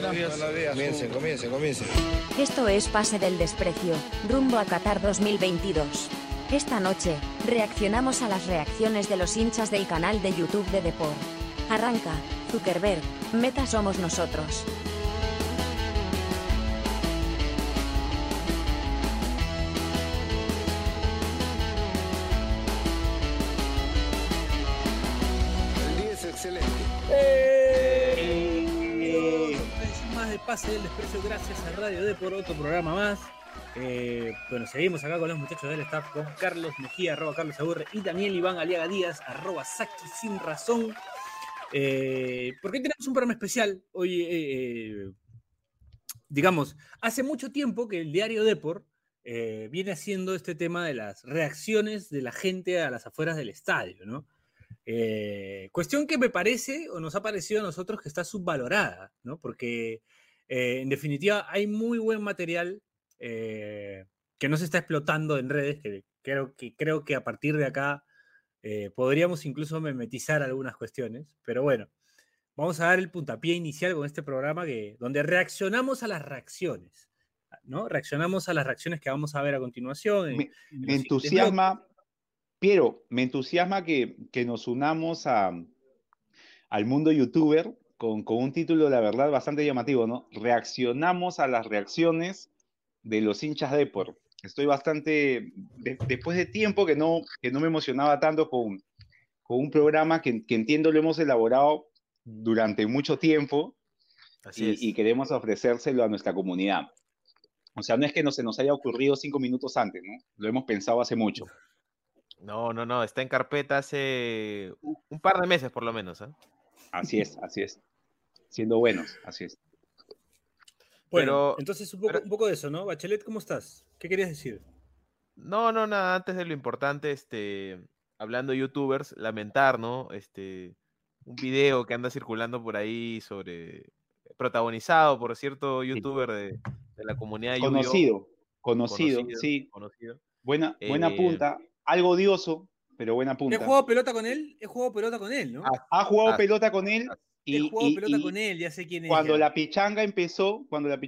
Comiencen. Esto es Pase del Desprecio, rumbo a Qatar 2022. Esta noche, reaccionamos a las reacciones de los hinchas del canal de YouTube de Depor. Arranca, Zuckerberg, Meta somos nosotros. El día es excelente. Más de Pase del Desprecio, gracias a Radio Depor, otro programa más. Bueno, seguimos acá con los muchachos del staff, con Carlos Mejía, @CarlosAburre, y Daniel Iván Aliaga Díaz, @Saki sin razón. Porque tenemos un programa especial hoy. Digamos, hace mucho tiempo que el diario Depor viene haciendo este tema de las reacciones de la gente a las afueras del estadio, ¿no? Cuestión que me parece, o nos ha parecido a nosotros, que está subvalorada, ¿no? Porque en definitiva hay muy buen material que no se está explotando en redes, que creo que a partir de acá podríamos incluso memetizar algunas cuestiones, pero bueno, vamos a dar el puntapié inicial con este programa donde reaccionamos a las reacciones, ¿no? Reaccionamos a las reacciones que vamos a ver a continuación. Me entusiasma, Piero, me entusiasma que nos unamos al mundo youtuber con un título, la verdad, bastante llamativo, ¿no? Reaccionamos a las reacciones de los hinchas de Depor. Estoy bastante, después de tiempo que no me emocionaba tanto con un programa que entiendo lo hemos elaborado durante mucho tiempo y queremos ofrecérselo a nuestra comunidad. O sea, no es que se nos haya ocurrido 5 minutos antes, ¿no? Lo hemos pensado hace mucho. No, está en carpeta hace un par de meses por lo menos, ¿eh? Así es. Siendo buenos, así es. Bueno, entonces un poco de eso, ¿no? Bachelet, ¿cómo estás? ¿Qué querías decir? No, nada, antes de lo importante, hablando de youtubers, lamentar, ¿no? Un video que anda circulando por ahí protagonizado por cierto youtuber de la comunidad de Yu-Gi-Oh! Conocido, sí. Conocido. Buena punta, algo odioso, pero buena punta. ¿He jugado pelota con él? ¿No? Ha jugado pelota con él. He jugado pelota con él, ya sé quién es. Cuando la pichanga empezó,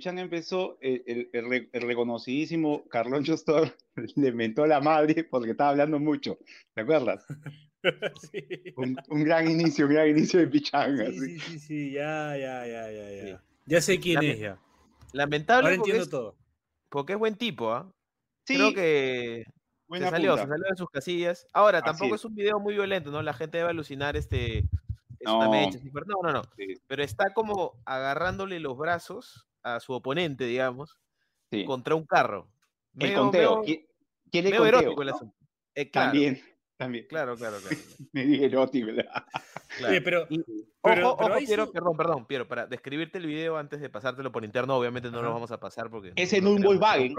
el reconocidísimo Carloncho Store le mentó la madre porque estaba hablando mucho. ¿Te acuerdas? Sí. Un gran inicio de pichanga. Sí, ya. Ya sé quién es ya. Lamentable. Ahora entiendo todo. Porque es buen tipo, ¿ah? Sí. Creo que se salió de sus casillas. Ahora, tampoco es un video muy violento, ¿no? La gente debe alucinar una mecha. No. Sí. Pero está como agarrándole los brazos a su oponente, digamos, contra un carro. El conteo. Quiere medio conteo, erótico, ¿no? Claro. También. Claro. Medio erótico. Claro. Pero ojo, Piero, para describirte el video antes de pasártelo por interno, obviamente no lo vamos a pasar porque... Es en un Volkswagen.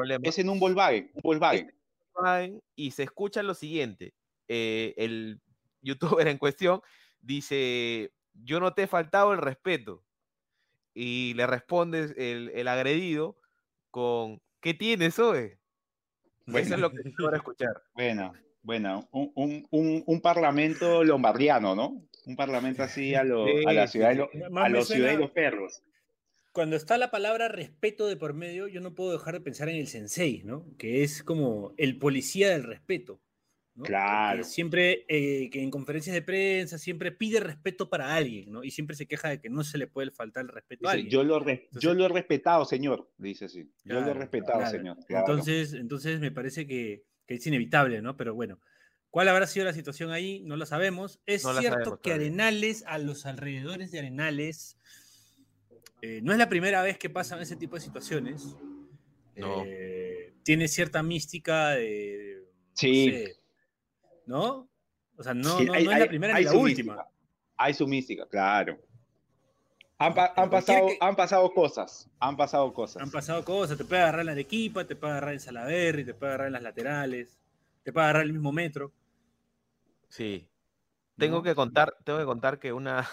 Y se escucha lo siguiente. El youtuber en cuestión dice: yo no te he faltado el respeto. Y le responde el agredido con: ¿qué tienes, Oe? Eso es lo que quiero escuchar. Bueno, un parlamento lombardiano, ¿no? Un parlamento así a la ciudad de los perros. Cuando está la palabra respeto de por medio, yo no puedo dejar de pensar en el sensei, ¿no? Que es como el policía del respeto, ¿no? Claro. Porque siempre, que en conferencias de prensa, siempre pide respeto para alguien, ¿no? Y siempre se queja de que no se le puede faltar el respeto a alguien. Yo lo he respetado, señor, dice así. Yo lo he respetado, señor. Claro. Entonces me parece que es inevitable, ¿no? Pero bueno, ¿cuál habrá sido la situación ahí? No lo sabemos. Es cierto que Arenales, a los alrededores de Arenales, no es la primera vez que pasan ese tipo de situaciones. No. Tiene cierta mística de... Sí. No sé, ¿no? O sea, no es la primera ni la última. Mística. Hay su mística, claro. Han pasado cosas. Han pasado cosas. Te puede agarrar en la Arequipa, te puede agarrar en Salaberry, te puede agarrar en las laterales, te puede agarrar el mismo metro. Sí. Tengo que contar que una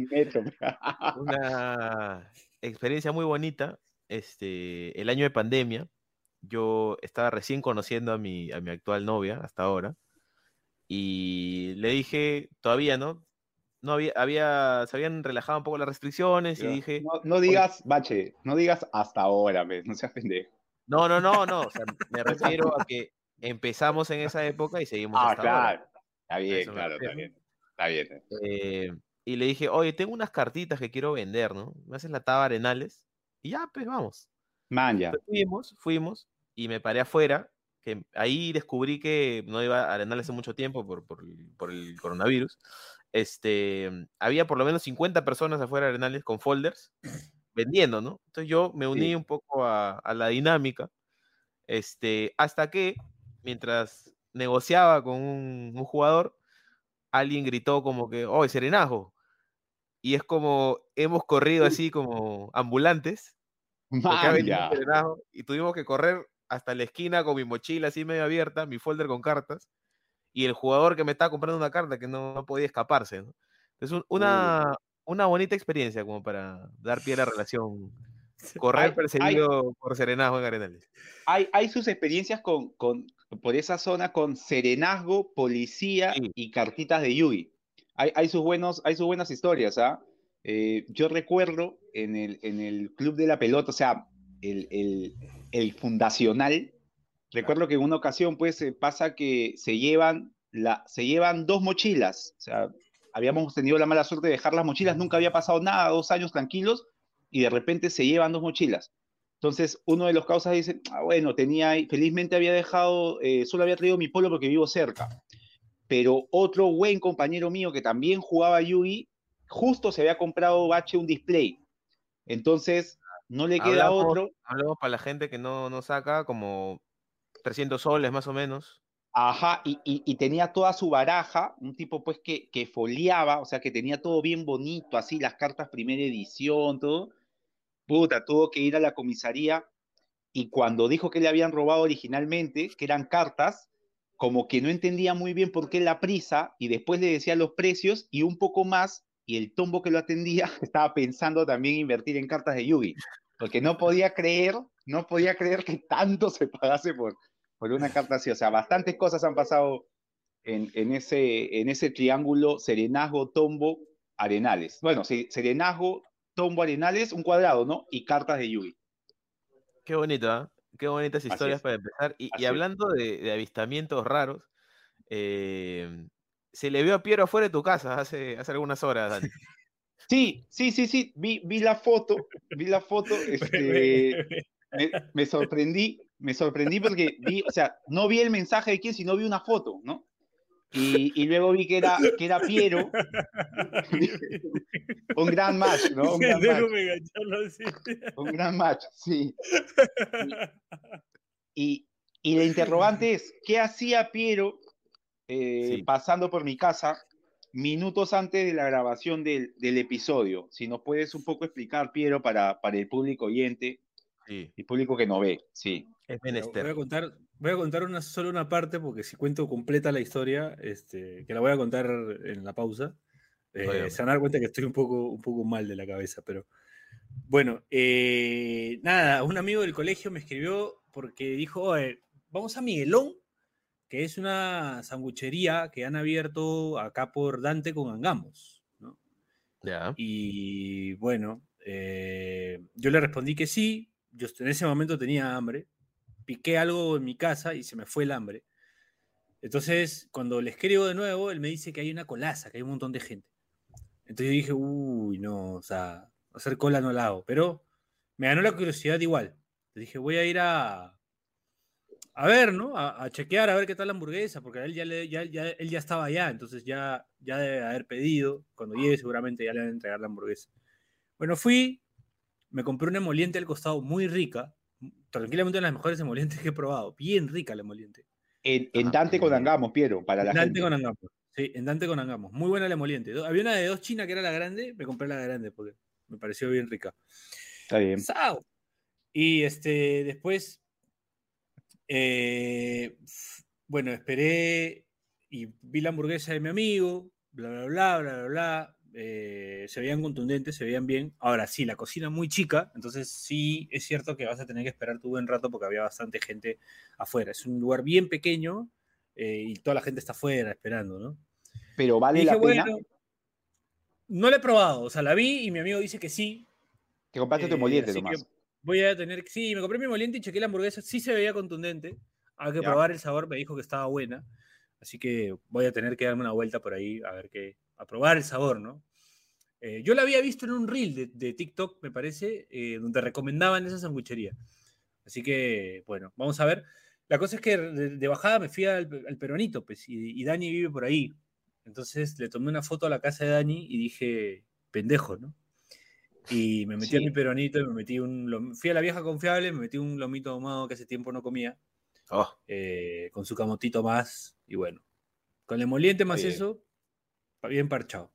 experiencia muy bonita, el año de pandemia, yo estaba recién conociendo a mi actual novia hasta ahora, y le dije, todavía, ¿no? no se habían relajado un poco las restricciones y dije, No digas, Bache, no digas hasta ahora, no seas pendejo. no, o sea, me refiero a que empezamos en esa época y seguimos hasta ahora. Claro. Está A bien, eso me claro, está refiero. bien. Está bien. Y le dije, oye, tengo unas cartitas que quiero vender, ¿no? ¿Me haces la taba Arenales? Y ya, pues vamos. Man, ya. Entonces fuimos y me paré afuera, que ahí descubrí que no iba a Arenales hace mucho tiempo por el coronavirus. Había por lo menos 50 personas afuera de Arenales con folders vendiendo, ¿no? Entonces yo me uní Sí. un poco a la dinámica, hasta que mientras negociaba con un jugador, alguien gritó como que, ¡oh, Serenajo! Y es como, hemos corrido así como ambulantes, porque ha Man, venido ya. Serenajo, y tuvimos que correr hasta la esquina con mi mochila así medio abierta, mi folder con cartas, y el jugador que me estaba comprando una carta que no podía escaparse, ¿no? Entonces, una bonita experiencia como para dar pie a la relación. Correr Hay, perseguido por Serenajo en Arenales. hay sus experiencias por esa zona con serenazgo, policía Sí, y cartitas de Yugi. Hay sus buenas historias, ¿ah? Yo recuerdo en el Club de la Pelota, o sea, el fundacional, recuerdo que en una ocasión pues pasa que se llevan dos mochilas, o sea, habíamos tenido la mala suerte de dejar las mochilas, nunca había pasado nada, 2 años tranquilos, y de repente se llevan dos mochilas. Entonces, uno de los causas dice, bueno, felizmente había dejado, solo había traído mi polo porque vivo cerca. Pero otro buen compañero mío que también jugaba Yugi, justo se había comprado Bache un display. Entonces, no le queda otro. hablamos para la gente que no saca como 300 soles más o menos. Ajá, y tenía toda su baraja, un tipo pues que foliaba, o sea, que tenía todo bien bonito, así, las cartas primera edición, todo. Puta, tuvo que ir a la comisaría y cuando dijo que le habían robado originalmente, que eran cartas, como que no entendía muy bien por qué la prisa y después le decía los precios y un poco más y el tombo que lo atendía estaba pensando también invertir en cartas de Yugi, porque no podía creer que tanto se pagase por una carta así. O sea, bastantes cosas han pasado en ese triángulo Serenazgo, Tombo, Arenales. Bueno, sí, Serenazgo, Tombo, Arenales, un cuadrado, ¿no? Y cartas de Yugi. Qué bonito, ¿ah? Qué bonitas Así historias es, para empezar. Y así es. hablando de avistamientos raros, se le vio a Piero afuera de tu casa hace algunas horas, Dani. Sí, vi la foto, me sorprendí porque o sea, no vi el mensaje de quién, sino vi una foto, ¿no? Y luego vi que era Piero, un gran match, ¿no? Un gran match, Déjame engancharlo así. un gran match, sí. Y, y la interrogante es, ¿qué hacía Piero Sí, pasando por mi casa minutos antes de la grabación del episodio? Si nos puedes un poco explicar, Piero, para el público oyente, sí, el público que no ve, sí. es Mira, menester. voy a contar solo una parte, porque si cuento completa la historia, que la voy a contar en la pausa, Oye, se van a dar cuenta que estoy un poco mal de la cabeza, pero bueno, nada, un amigo del colegio me escribió porque dijo, oye, vamos a Miguelón, que es una sanguchería que han abierto acá por Dante con Angamos, ¿no? ya. Y bueno, yo le respondí que sí, yo en ese momento tenía hambre, piqué algo en mi casa y se me fue el hambre. Entonces, cuando le escribo de nuevo, él me dice que hay una colaza, que hay un montón de gente. Entonces yo dije, uy, no, o sea, hacer cola no la hago, pero me ganó la curiosidad igual. Dije, voy a ir a ver, ¿no? A chequear, a ver qué tal la hamburguesa, porque él él ya estaba allá, entonces ya debe haber pedido. Cuando llegue seguramente ya le van a entregar la hamburguesa. Bueno, fui, me compré una emoliente al costado muy rica, tranquilamente una de las mejores emolientes que he probado, bien rica la emoliente. En Dante con Angamos, Piero, para la Dante con gente. Angamos. Sí, en Dante con Angamos. Muy buena la emoliente. Había una de 2 chinas que era la grande, me compré la grande porque me pareció bien rica. Está bien. ¡Sao! Y después, bueno, esperé y vi la hamburguesa de mi amigo, bla, bla, bla, bla, bla, bla. Se veían contundentes, se veían bien. Ahora sí, la cocina muy chica, entonces sí es cierto que vas a tener que esperar tu buen rato porque había bastante gente afuera. Es un lugar bien pequeño y toda la gente está afuera esperando, ¿no? Pero Y vale dije, la pena. bueno, No la he probado, o sea, la vi y mi amigo dice que sí. Que compraste tu emoliente Así que nomás. voy a tener que... Sí, me compré mi emoliente y chequé la hamburguesa, sí se veía contundente. Hay que ¿Ya? probar el sabor, me dijo que estaba buena. Así que voy a tener que darme una vuelta por ahí a ver qué... A probar el sabor, ¿no? Yo la había visto en un reel de TikTok, me parece, donde recomendaban esa sanguchería. Así que, bueno, vamos a ver. La cosa es que de bajada me fui al Peronito, pues, y Dani vive por ahí. Entonces le tomé una foto a la casa de Dani y dije, pendejo, ¿no? Y me metí a mi Sí. Peronito y me metí fui a la vieja confiable, me metí un lomito ahumado que hace tiempo no comía, Oh, con su camotito más, y bueno, con el emoliente Está más bien. eso, bien parchado.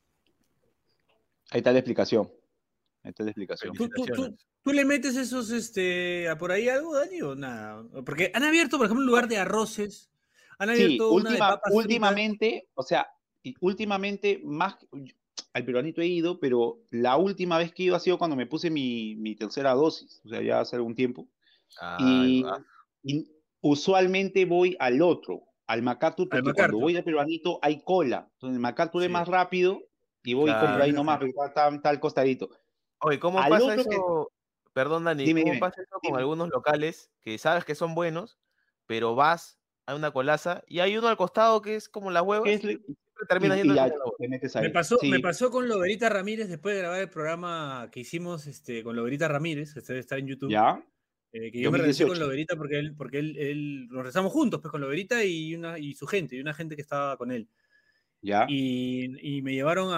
Ahí está la explicación. Ahí está la explicación. felicitaciones. ¿Tú le metes esos, a por ahí algo, Dani, o nada? Porque han abierto, por ejemplo, un lugar de arroces, han Sí, abierto una de papas fritas. últimamente, o sea, últimamente más al peruanito he ido, pero la última vez que he ido ha sido cuando me puse mi tercera dosis, o sea, ya hace algún tiempo. Ay, Y, y usualmente voy al otro, al MacArthur, Al porque cuando MacArthur. voy al peruanito hay cola. Entonces el MacArthur es Sí, más rápido y voy y sí, compro claro. ahí menos nomás, gente. porque está al costadito. Oye, ¿cómo Al pasa otro que, eso? Perdón, Dani, dime, ¿cómo dime, pasa eso con dime. algunos locales que sabes que son buenos, pero vas a una colaza y hay uno al costado que es como las ¿Qué huevas es? y siempre termina Y yendo ya como la hueva? te metes Me ahí. pasó, me Sí, pasó con Loberita Ramírez después de grabar el programa que hicimos con Loberita Ramírez, que está en YouTube. ya, Que yo me regresé con 2018. Loberita porque él nos rezamos juntos, pues con Loberita y su gente, y una gente que estaba con él. Ya. Y me llevaron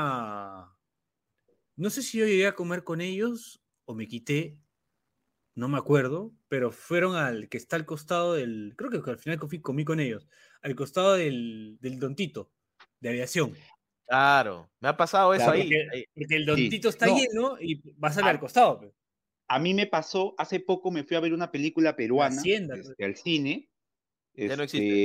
no sé si yo llegué a comer con ellos o me quité, no me acuerdo, pero fueron al que está al costado creo que al final comí con ellos, al costado del Don Tito, de aviación. Claro, me ha pasado eso Claro, ahí. Porque el Don sí. Tito está No, lleno y vas al a, costado, pues. a mí me pasó, hace poco me fui a ver una película La peruana hacienda, pues. al cine, Ya no existe.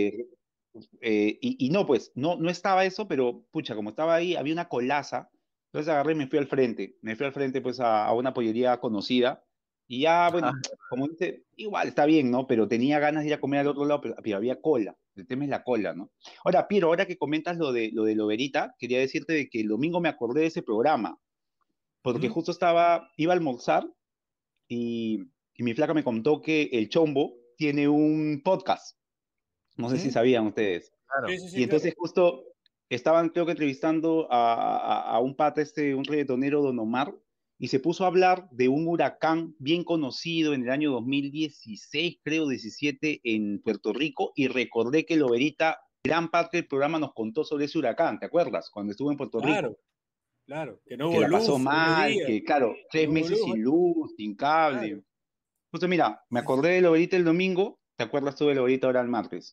y no, pues, no estaba eso, pero pucha, como estaba ahí, había una colaza, entonces agarré y me fui al frente pues a una pollería conocida, y ya, Ah, bueno, como dice, igual está bien, ¿no? Pero tenía ganas de ir a comer al otro lado, pero había cola, el tema es la cola, ¿no? Ahora, Piero, ahora que comentas lo de Loberita, quería decirte de que el domingo me acordé de ese programa, porque Ujú. justo iba a almorzar y, y mi flaca me contó que el Chombo tiene un podcast. No sé si Ujú. sabían ustedes. Sí, claro. sí, Y sí, claro. entonces justo estaban, creo que entrevistando a un pata, un reggaetonero, Don Omar, y se puso a hablar de un huracán bien conocido en el año 2016, creo, 17, en Puerto Rico, y recordé que Loberita, gran parte del programa nos contó sobre ese huracán, ¿te acuerdas? Cuando estuvo en Puerto Rico, Claro, claro. Que no que hubo la pasó luz unos mal, días. que claro, Que tres no hubo meses luz. sin luz, sin cable. Claro. Justo mira, me Sí, sí. acordé de Loberita el domingo, ¿te acuerdas tú de Loberita ahora el martes?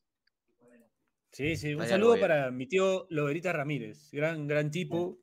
Sí, sí, un Hay algo saludo ahí. para mi tío Loberita Ramírez, gran tipo,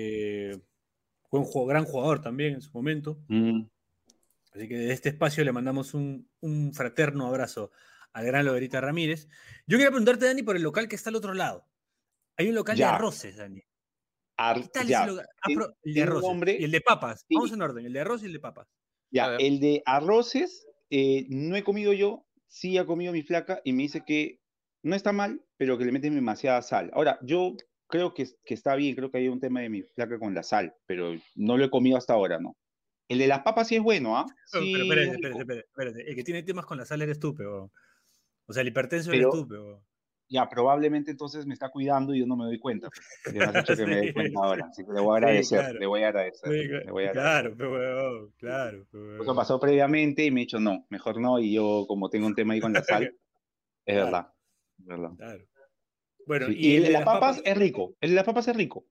gran jugador también en su momento. Mm, Así que desde este espacio le mandamos un fraterno abrazo al gran Loberita Ramírez. Yo quería preguntarte, Dani, por el local que está al otro lado. Hay un local de ya, arroces, Dani. ¿Qué tal ese ya, local? El de tiene un arroces. Y nombre, el de papas. Vamos sí, en orden, el de arroz y el de papas. A ya, ver. el de arroces no he comido yo, sí ha comido mi flaca y me dice que no está mal, pero que le meten demasiada sal. Ahora, yo creo que está bien, creo que hay un tema de mi flaca con la sal, pero no lo he comido hasta ahora, ¿no? El de las papas sí es bueno, ¿ah? Pero Sí, es espérate, rico, espérate. El que tiene temas con la sal eres tú, pero. O sea, el hipertenso eres pero tú, pero. ya, probablemente entonces me está cuidando y yo no me doy cuenta, pues. Y me has hecho que me dé Sí, cuenta ahora, así que le voy a sí, agradecer, claro. le voy a agradecer, Sí, le voy a agradecer. claro, pero huevón, Sí, sí. claro, pero Eso huevón. pasó previamente y me he dicho, no, mejor no, y yo como tengo un tema ahí con la sal, es Claro, verdad, es verdad. claro. Bueno, Sí, y y el el de de las las papas. papas es rico, el de las papas es rico.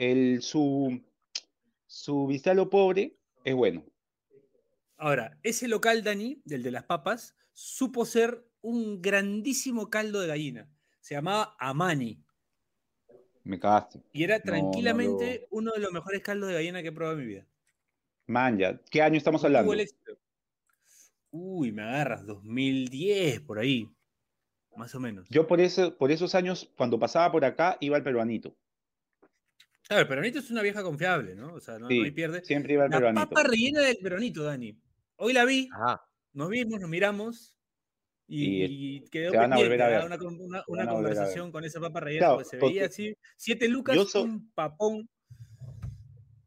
Su bistec a lo pobre es bueno. Ahora, ese local, Dani, del de las papas, supo ser un grandísimo caldo de gallina. Se llamaba Amani. Me cagaste. Y era No, no lo. tranquilamente uno de los mejores caldos de gallina que he probado en mi vida. Man, ya. ¿Qué año estamos No tuvo el hablando? éxito. Uy, me agarras, 2010, por ahí, más o menos. Yo por esos años, cuando pasaba por acá, iba al peruanito. Claro, el peronito es una vieja confiable, ¿no? O sea, no hay Sí, pierde. siempre iba al La papa peruanito. rellena del peronito, Dani. Hoy la vi, Ajá. nos vimos, nos miramos Y y quedó se van a volver pendiente a ver. Se una van a volver a ver. conversación con esa papa rellena, Claro, pues se veía porque así, 7 yo lucas, soy. un papón.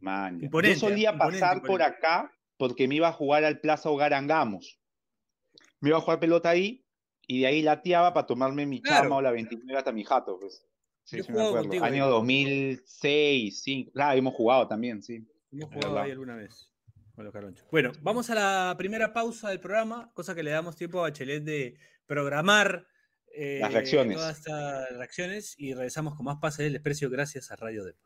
Man, ya. Yo Imponente, solía imponente, pasar por imponente. acá porque me iba a jugar al Plaza Hogar Angamos. Me iba a jugar pelota ahí y de ahí lateaba para tomarme mi chama Claro, o la 29 hasta mi jato, pues. Sí, yo he sí me jugado acuerdo. contigo ahí. Año 2006, 2005. Claro, hemos jugado también, sí. Hemos Es jugado ahí verdad. alguna vez con los Caronchos. Bueno, vamos a la primera pausa del programa, cosa que le damos tiempo a Bachelet de programar Las todas reacciones. estas reacciones y regresamos con más Pase del Desprecio gracias a Radio Depor.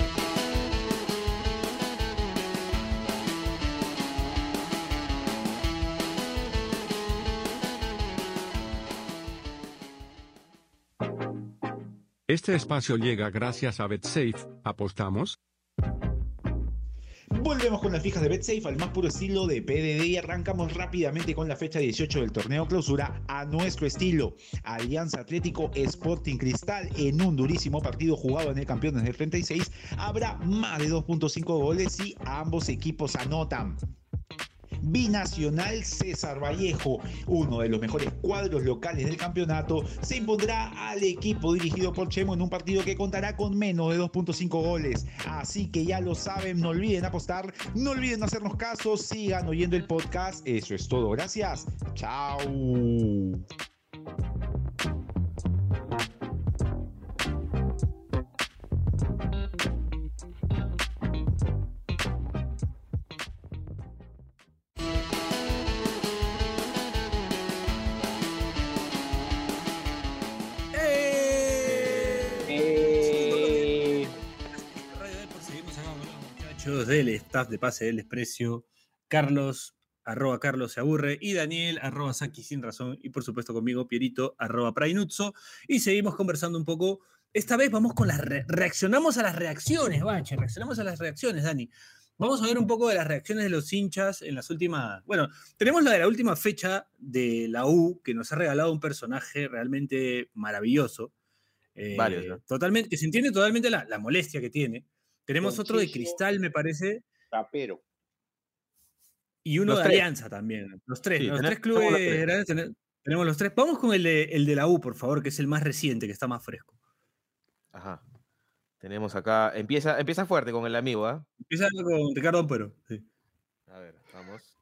Este espacio llega gracias a BetSafe. ¿Apostamos? Volvemos con las fijas de BetSafe al más puro estilo de PDD y arrancamos rápidamente con la fecha 18 del torneo clausura a nuestro estilo. Alianza Atlético Sporting Cristal en un durísimo partido jugado en el Campeones del 36 habrá más de 2.5 goles y ambos equipos anotan. Binacional César Vallejo, uno de los mejores cuadros locales del campeonato, se impondrá al equipo dirigido por Chemo en un partido que contará con menos de 2.5 goles. Así que ya lo saben, no olviden apostar, no olviden hacernos caso, sigan oyendo el podcast. Eso es todo, gracias. Chao. Radio Depor, seguimos acá con los muchachos del staff de Pase del Desprecio, Carlos, @Carlos se aburre, y Daniel, @Saki sin razón, y por supuesto conmigo, Pierito, @Prainuzzo, y seguimos conversando un poco. Esta vez vamos con las reaccionamos a las reacciones, Bache, reaccionamos a las reacciones, Dani. Vamos a ver un poco de las reacciones de los hinchas en las últimas. Bueno, tenemos la de la última fecha de la U, que nos ha regalado un personaje realmente maravilloso. Varios, ¿no? Totalmente, que se entiende totalmente la molestia que tiene. Tenemos otro de Conchizo, Cristal, me parece, Rapero. y uno Los de tres. Alianza también. Los tres, Sí, ¿no? Los tenemos tres clubes los tres. grandes tenemos los tres. Vamos con el de la U, por favor, que es el más reciente, que está más fresco. Ajá. Tenemos acá. Empieza fuerte con el amigo, ¿ah? Empieza con Ricardo Ampero. Sí. A ver, vamos.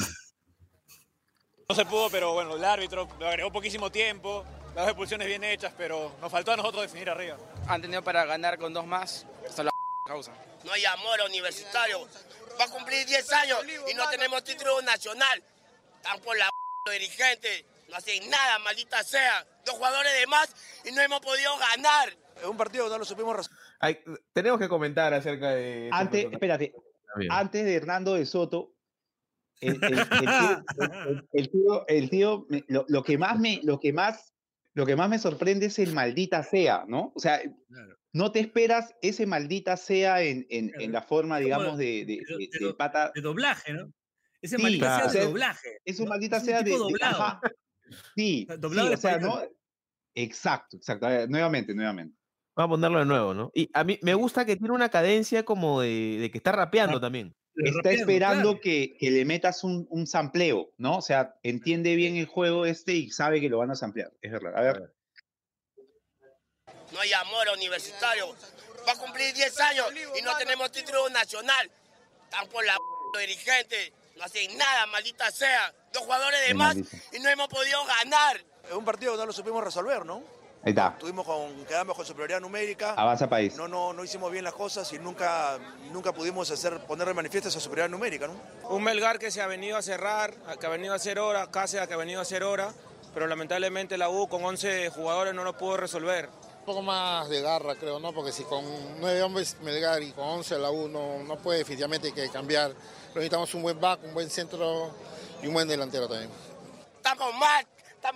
No se pudo, pero bueno, el árbitro lo agregó poquísimo tiempo, las dos expulsiones bien hechas, pero nos faltó a nosotros definir arriba. Han tenido para ganar con 2 más, hasta la causa. No hay amor a Universitario. Va a cumplir 10 años y no tenemos título nacional. Están por la dirigente. No hacen nada, maldita sea. 2 jugadores de más y no hemos podido ganar. Es un partido que no lo supimos resolver. Tenemos que comentar acerca de. Antes, espérate, Bien. antes de Hernando de Soto, el tío, lo que más me sorprende es el maldita sea, ¿no? O sea, Claro. no te esperas ese maldita sea en Claro. la forma, Es como digamos, de pata. De doblaje, ¿no? Ese Sí, maldita sea o sea, de doblaje. Es un ¿no? maldita Es un sea tipo de doblado. ajá. Sí, Doblado sí, de o sea, español. ¿no? Exacto. A ver, nuevamente. Vamos a ponerlo de nuevo, ¿no? Y a mí me gusta que tiene una cadencia como de que está rapeando también. Está Rapeando, esperando claro. que le metas un sampleo, ¿no? O sea, entiende bien el juego y sabe que lo van a samplear. Es verdad. A ver. No hay amor a Universitario. Va a cumplir 10 años y no tenemos título nacional. Están por la dirigente. No hacen nada, maldita sea. 2 jugadores de Qué más maldito. y no hemos podido ganar. Es un partido que no lo supimos resolver, ¿no? Ahí está. Quedamos con superioridad numérica. Avanza país. No hicimos bien las cosas y nunca pudimos poner de manifiesto esa superioridad numérica, ¿no? Un Melgar que se ha venido a cerrar, que ha venido a hacer hora, Cáceres que ha venido a hacer hora, pero lamentablemente la U con 11 jugadores no lo pudo resolver. Un poco más de garra, creo, ¿no? Porque si con 9 hombres Melgar y con 11 la U no puede definitivamente que cambiar. Pero necesitamos un buen back, un buen centro y un buen delantero también. Estamos mal.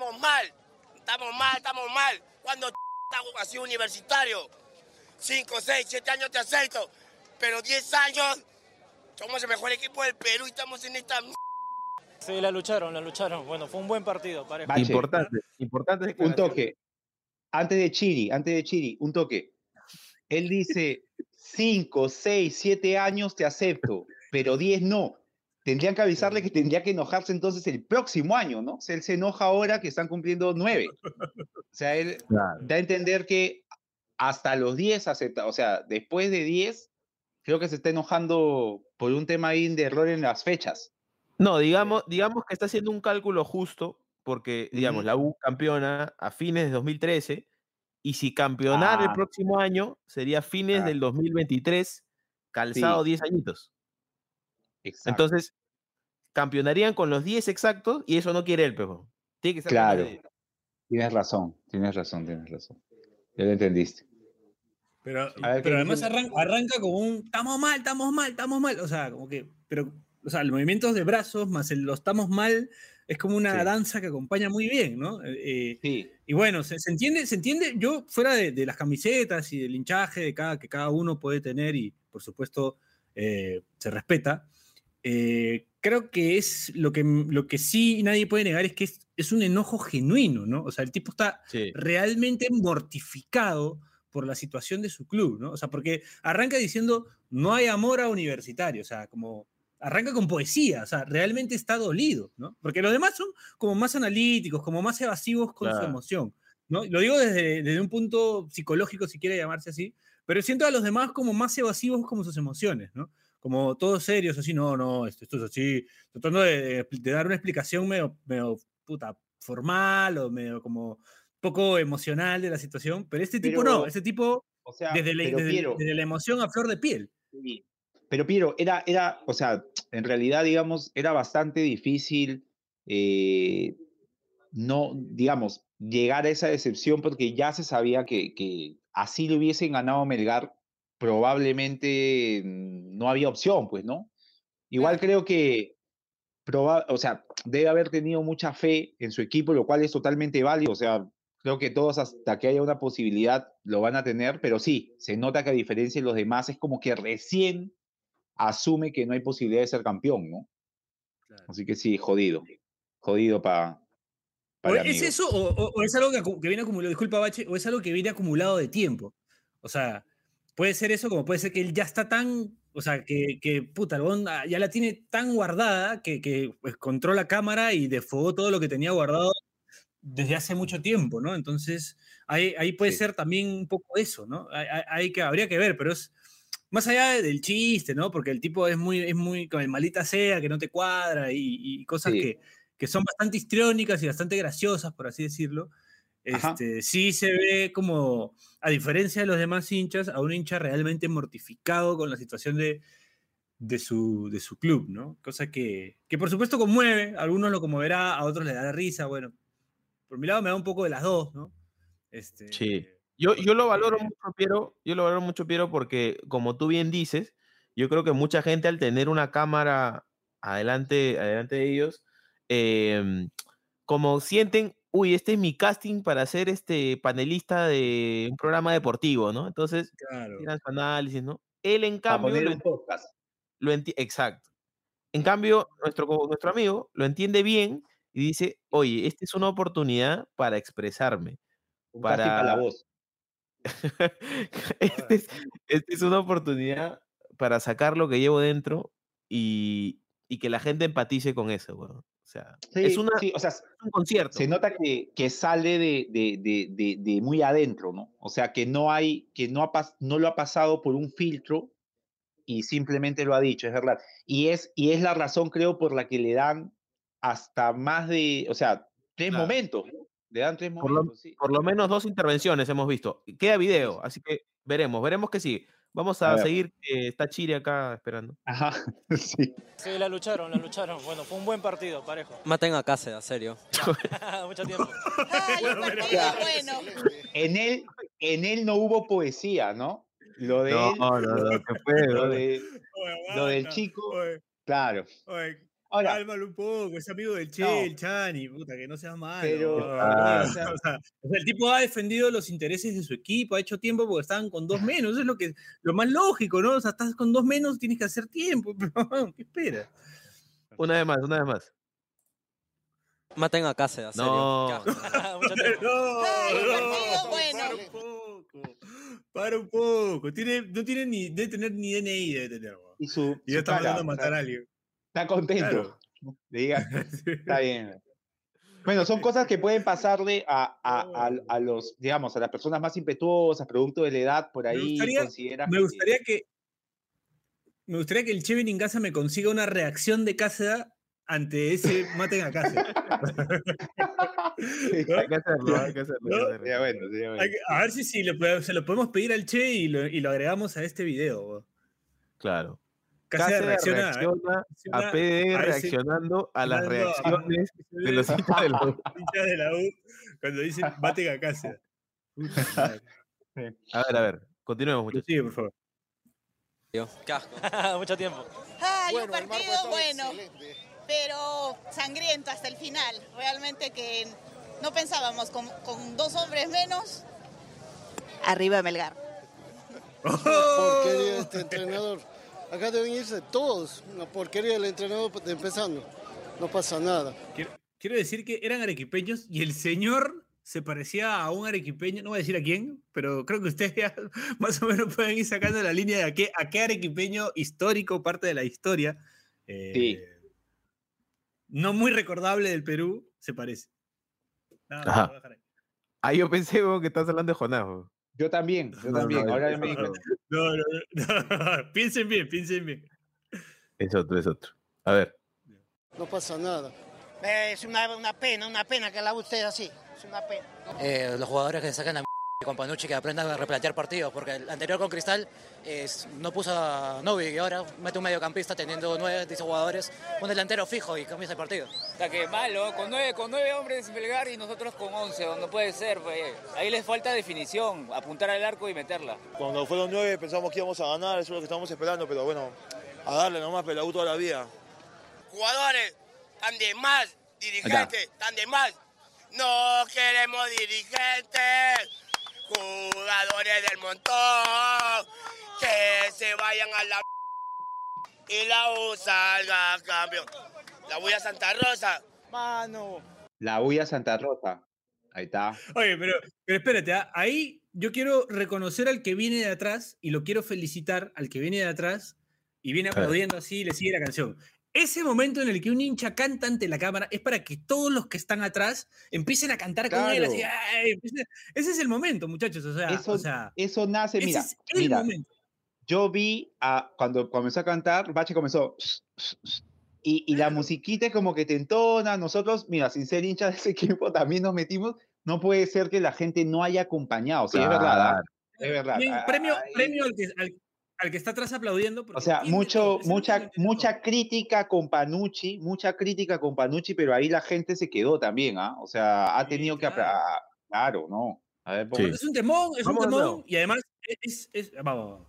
Cuando ha sido Universitario, 5, 6, 7 años te acepto, pero 10 años somos el mejor equipo del Perú y estamos en esta Sí, la lucharon. Bueno, fue un buen partido, parejo. Bache, Importante. un toque. Antes de Chiri, un toque. Él dice 5, 6, 7 años te acepto, pero 10 no. Tendrían que avisarle que tendría que enojarse entonces el próximo año, ¿no? O sea, él se enoja ahora que están cumpliendo 9. O sea, él da a entender que hasta los 10 acepta, o sea, después de 10 creo que se está enojando por un tema ahí de error en las fechas. No, digamos que está haciendo un cálculo justo, porque, digamos, la U campeona a fines de 2013, y si campeonar el próximo año sería fines del 2023, calzado 10 añitos. Exacto. Entonces, campeonarían con los 10 exactos, y eso no quiere el pejo. Tiene que ser Claro. menos de- Tienes razón. Ya lo entendiste. Pero A ver, ¿qué además dice? arranca como un estamos mal. O sea, como que. O sea, los movimientos de brazos más los estamos mal es como una danza que acompaña muy bien, ¿no? Sí. Y bueno, se entiende, yo fuera de las camisetas y del hinchaje que cada uno puede tener y por supuesto se respeta, creo que es lo que sí nadie puede negar es que es un enojo genuino, ¿no? O sea, el tipo está realmente mortificado por la situación de su club, ¿no? O sea, porque arranca diciendo no hay amor a Universitario, o sea, como arranca con poesía, o sea, realmente está dolido, ¿no? Porque los demás son como más analíticos, como más evasivos con su emoción, ¿no? Lo digo desde un punto psicológico, si quiere llamarse así, pero siento a los demás como más evasivos como sus emociones, ¿no? Como todos serios, así, no, esto es así, tratando de dar una explicación medio puta formal o medio como poco emocional de la situación, pero este tipo no, este tipo o sea, desde Piero, la emoción a flor de piel. Sí. Pero Piero, o sea, en realidad, digamos, era bastante difícil, no, digamos, llegar a esa decepción porque ya se sabía que así le hubiesen ganado a Melgar, probablemente no había opción, pues, ¿no? Igual creo que, o sea, debe haber tenido mucha fe en su equipo, lo cual es totalmente válido, o sea, creo que todos hasta que haya una posibilidad lo van a tener, pero sí, se nota que a diferencia de los demás es como que recién asume que no hay posibilidad de ser campeón, ¿no? Claro. Así que sí, jodido para O el es amigo. eso, o es algo que viene acumulado, disculpa Bache, o es algo que viene acumulado de tiempo. O sea, puede ser eso, como puede ser que él ya está tan, o sea, que puta, el bon ya la tiene tan guardada que pues, controla cámara y desfogó todo lo que tenía guardado desde hace mucho tiempo, ¿no? Entonces, ahí puede ser también un poco eso, ¿no? Habría que ver, pero es más allá del chiste, ¿no? Porque el tipo es muy con el maldita sea, que no te cuadra y cosas que son bastante histriónicas y bastante graciosas, por así decirlo. Sí se ve como, a diferencia de los demás hinchas, a un hincha realmente mortificado con la situación de su club, ¿no? Cosa que por supuesto conmueve, a algunos lo conmoverá, a otros le dará risa, bueno, por mi lado me da un poco de las dos, ¿no? Sí. Yo lo valoro mucho, Piero, porque como tú bien dices, yo creo que mucha gente al tener una cámara adelante de ellos, como sienten, uy, este es mi casting para ser panelista de un programa deportivo, ¿no? Entonces, tiran su análisis, ¿no? Él, en cambio, poner un podcast. Exacto. En cambio, nuestro amigo lo entiende bien y dice, oye, esta es una oportunidad para expresarme. Un casting para la voz. Esta es una oportunidad para sacar lo que llevo dentro y que la gente empatice con eso, güey. O sea, es un concierto. Se nota que sale de muy adentro, ¿no? O sea, que no lo ha pasado por un filtro y simplemente lo ha dicho, es verdad. Y es la razón, creo, por la que le dan hasta más de, o sea, 3 momentos, ¿no? Le dan 3 momentos, sí. Por lo menos 2 intervenciones hemos visto. Queda video, así que veremos que sí. Vamos a seguir, está Chiri acá esperando. Ajá, sí. Sí, la lucharon. Bueno, fue un buen partido, parejo. Maten a Cáceres, serio. Mucho tiempo. En él no hubo poesía, ¿no? Lo de él. No, que fue. Lo del chico. Claro. Ahora, cálmalo un poco, es amigo del Che, el Chani, puta, que no seas malo. Pero, o sea, el tipo ha defendido los intereses de su equipo, ha hecho tiempo porque estaban con 2 menos, eso es lo más lógico, ¿no? O sea, estás con 2 menos, tienes que hacer tiempo, pero ¿qué esperas? Una vez más. Maten a Cáceres, no. Mucho tiempo. Para un poco. Debe tener ni DNI, debe tener. Y ya está mandando a matar a alguien. Está contento. Claro. Diga, está bien. Bueno, son cosas que pueden pasarle a los, digamos, a las personas más impetuosas, producto de la edad, por ahí. Me gustaría me gustaría que el Che Benincasa me consiga una reacción de Cáceres ante ese maten a Cáceres. ¿No? Hay que hacerlo, hay que hacerlo. ¿No? Sería bueno, sería bueno. A ver si se lo podemos pedir al Che y lo agregamos a este video. Bro. Claro. Cáceres reacciona a PDD a ese- reaccionando a las reacciones de los hinchas de la U. hinchas de la U cuando dicen maten a Cáceres. Puta madre. A ver, continuemos, muchachos. Sí, por favor. Qué asco. Mucho tiempo. Ay, Bueno, un el marco partido estaba bueno, excelente. pero sangriento hasta el final. Realmente que no pensábamos con 2 hombres menos. Arriba Melgar. Porquería de este entrenador. Acá deben irse todos. Una porquería del entrenador empezando. No pasa nada. Quiero decir que eran arequipeños y el señor se parecía a un arequipeño, no voy a decir a quién, pero creo que ustedes ya más o menos pueden ir sacando la línea de a qué arequipeño histórico, parte de la historia, Sí. no muy recordable del Perú, se parece. Nada más, Ajá. lo voy a dejar ahí. Ah, yo pensé que estás hablando de Jonás. Weón. Yo también. No, Ahora me di cuenta. No. Piensen bien. Es otro. A ver. No pasa nada. Es una pena que la U esté así. Es una pena. Los jugadores que sacan a con Panucci que aprendan a replantear partidos, porque el anterior con Cristal no puso a Novi y ahora mete un mediocampista teniendo 9, 10 jugadores, un delantero fijo y comienza el partido. O sea, que malo, con nueve hombres Melgar y nosotros con 11, no puede ser, pues. Ahí les falta definición, apuntar al arco y meterla. Cuando fueron 9 pensamos que íbamos a ganar, eso es lo que estábamos esperando, pero bueno, a darle nomás, pero la U toda la vida. Jugadores, tan de más. Dirigentes, tan de más. No queremos dirigentes. Jugadores del montón. Que se vayan a la... Y la U salga campeón. La voy a Santa Rosa. Mano. La Ulla Santa Rosa. Ahí está. Oye, pero espérate, ahí yo quiero reconocer al que viene de atrás y lo quiero felicitar al que viene de atrás y viene aplaudiendo así y le sigue la canción. Ese momento en el que un hincha canta ante la cámara es para que todos los que están atrás empiecen a cantar con él. Así, ese es el momento, muchachos. Eso nace, mira. Ese es el momento. Yo vi cuando comenzó a cantar, Bache comenzó y la musiquita como que te entona. Nosotros, mira, sin ser hinchas de ese equipo, también nos metimos. No puede ser que la gente no haya acompañado. Sí, es verdad. Es verdad. Bien, premio al que está atrás aplaudiendo. O sea, mucha crítica con Panucci, pero ahí la gente se quedó también, ¿ah? O sea, ha tenido que... Claro, ¿no? A ver, sí. Es un temón, y además vamos.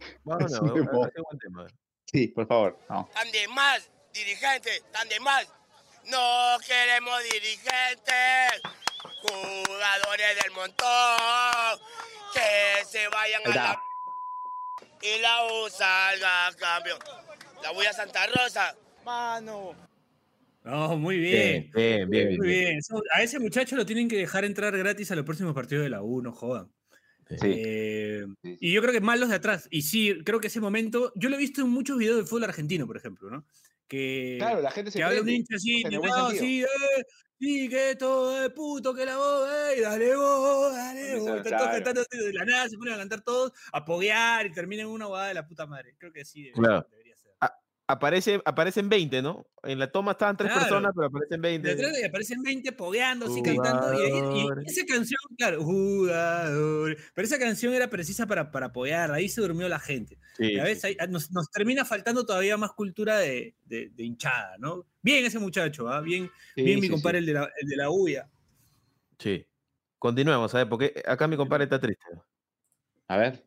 Sí, por favor. No. Tan de más, dirigentes, tan de más. No queremos dirigentes. Jugadores del montón. Que se vayan a la... Y la U salga campeón. La voy a Santa Rosa. Mano. No, muy bien. Bien. Muy bien. A ese muchacho lo tienen que dejar entrar gratis a los próximos partidos de la U, no jodan. Sí. Y yo creo que más los de atrás. Y sí, creo que ese momento, yo lo he visto en muchos videos del fútbol argentino, por ejemplo, ¿no? Claro, la gente se habla un hincha así, sí, que todo es puto, que la voz, dale vos. Están todos cantando así, de la nada, se ponen a cantar todos, a poguear y terminan en una guada de la puta madre. Creo que sí, debería ser. Aparecen 20, ¿no? En la toma estaban 3 personas, pero aparecen 20. Detrás y aparecen 20 pogueando, así cantando. Y esa canción, claro, jugadores. Pero esa canción era precisa para apoyar. Ahí se durmió la gente. Sí, a veces nos termina faltando todavía más cultura de hinchada, ¿no? Bien ese muchacho, ¿ah? Bien mi compadre, el de la UIA. Sí. Continuemos, ¿sabes? Porque acá mi compadre está triste. A ver.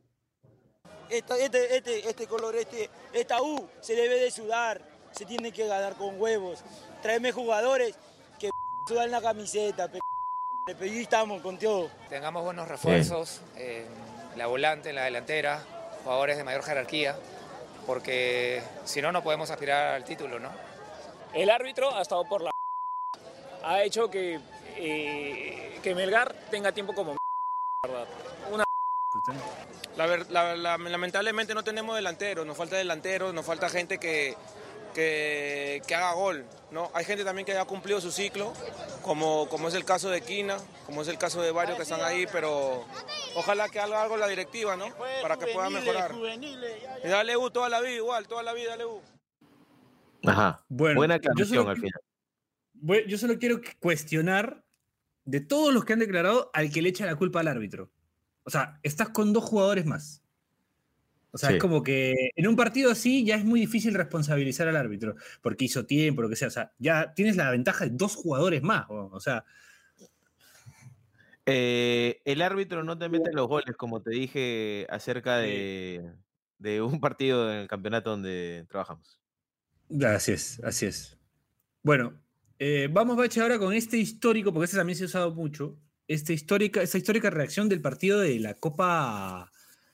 Este color, esta U se debe de sudar, se tiene que ganar con huevos. Tráeme jugadores que sudan la camiseta, y estamos con todo. Tengamos buenos refuerzos, la volante, en la delantera, jugadores de mayor jerarquía, porque si no, no podemos aspirar al título, ¿no? El árbitro ha estado por la... ha hecho que Melgar tenga tiempo como... ¿verdad? Lamentablemente no tenemos delanteros, nos falta gente que que haga gol, ¿no? Hay gente también que ha cumplido su ciclo, como es el caso de Quina, como es el caso de varios que están ahí, pero ojalá que haga algo la directiva, ¿no? Para que pueda mejorar. Y dale U toda la vida igual, toda la vida dale U. Ajá. Bueno, Buena yo aclaración solo, al final. yo solo quiero cuestionar de todos los que han declarado al que le echa la culpa al árbitro. O sea, estás con 2 jugadores más. O sea, Sí. es como que en un partido así ya es muy difícil responsabilizar al árbitro, porque hizo tiempo, lo que sea. O sea, ya tienes la ventaja de 2 jugadores más. O sea, El árbitro no te mete los goles, como te dije acerca de un partido en el campeonato donde trabajamos. así es, así es. Bueno, vamos, Bache, ahora con este histórico, porque este también se ha usado mucho, esta histórica reacción del partido de la Copa,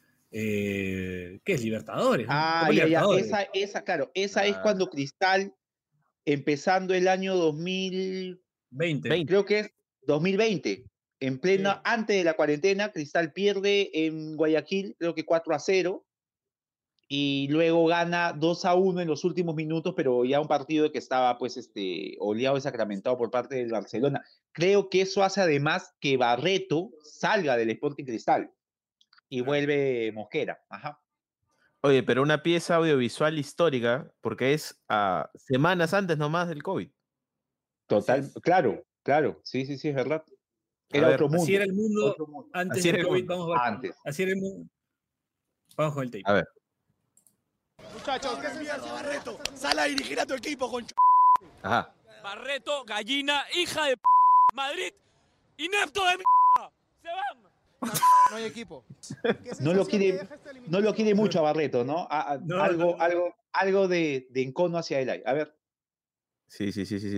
¿qué es? Libertadores, ¿no? Ah, Copa ya, Libertadores. claro, esa es cuando Cristal, empezando el año 20. creo que es 2020, en plena, antes de la cuarentena, Cristal pierde en Guayaquil, creo que 4-0, y luego gana 2-1 en los últimos minutos, pero ya un partido que estaba pues oleado y sacramentado por parte del Barcelona. Creo que eso hace además que Barreto salga del Sporting Cristal y vuelve Mosquera. Ajá. Oye, pero una pieza audiovisual histórica, porque es semanas antes nomás del COVID. Total, claro, sí, es verdad. Era ver, otro mundo. Así era el mundo antes Así era del el COVID. mundo. Vamos, Bache. Antes. Así era el mundo. Vamos con el tape. A ver. Muchachos, ¿qué sensación, Barreto? Sal a dirigir a tu equipo, con Ajá. Barreto, gallina, hija de Madrid, inepto de se van. No hay equipo. No lo quiere mucho a Barreto, ¿no? Algo de encono hacia él. A ver. Sí.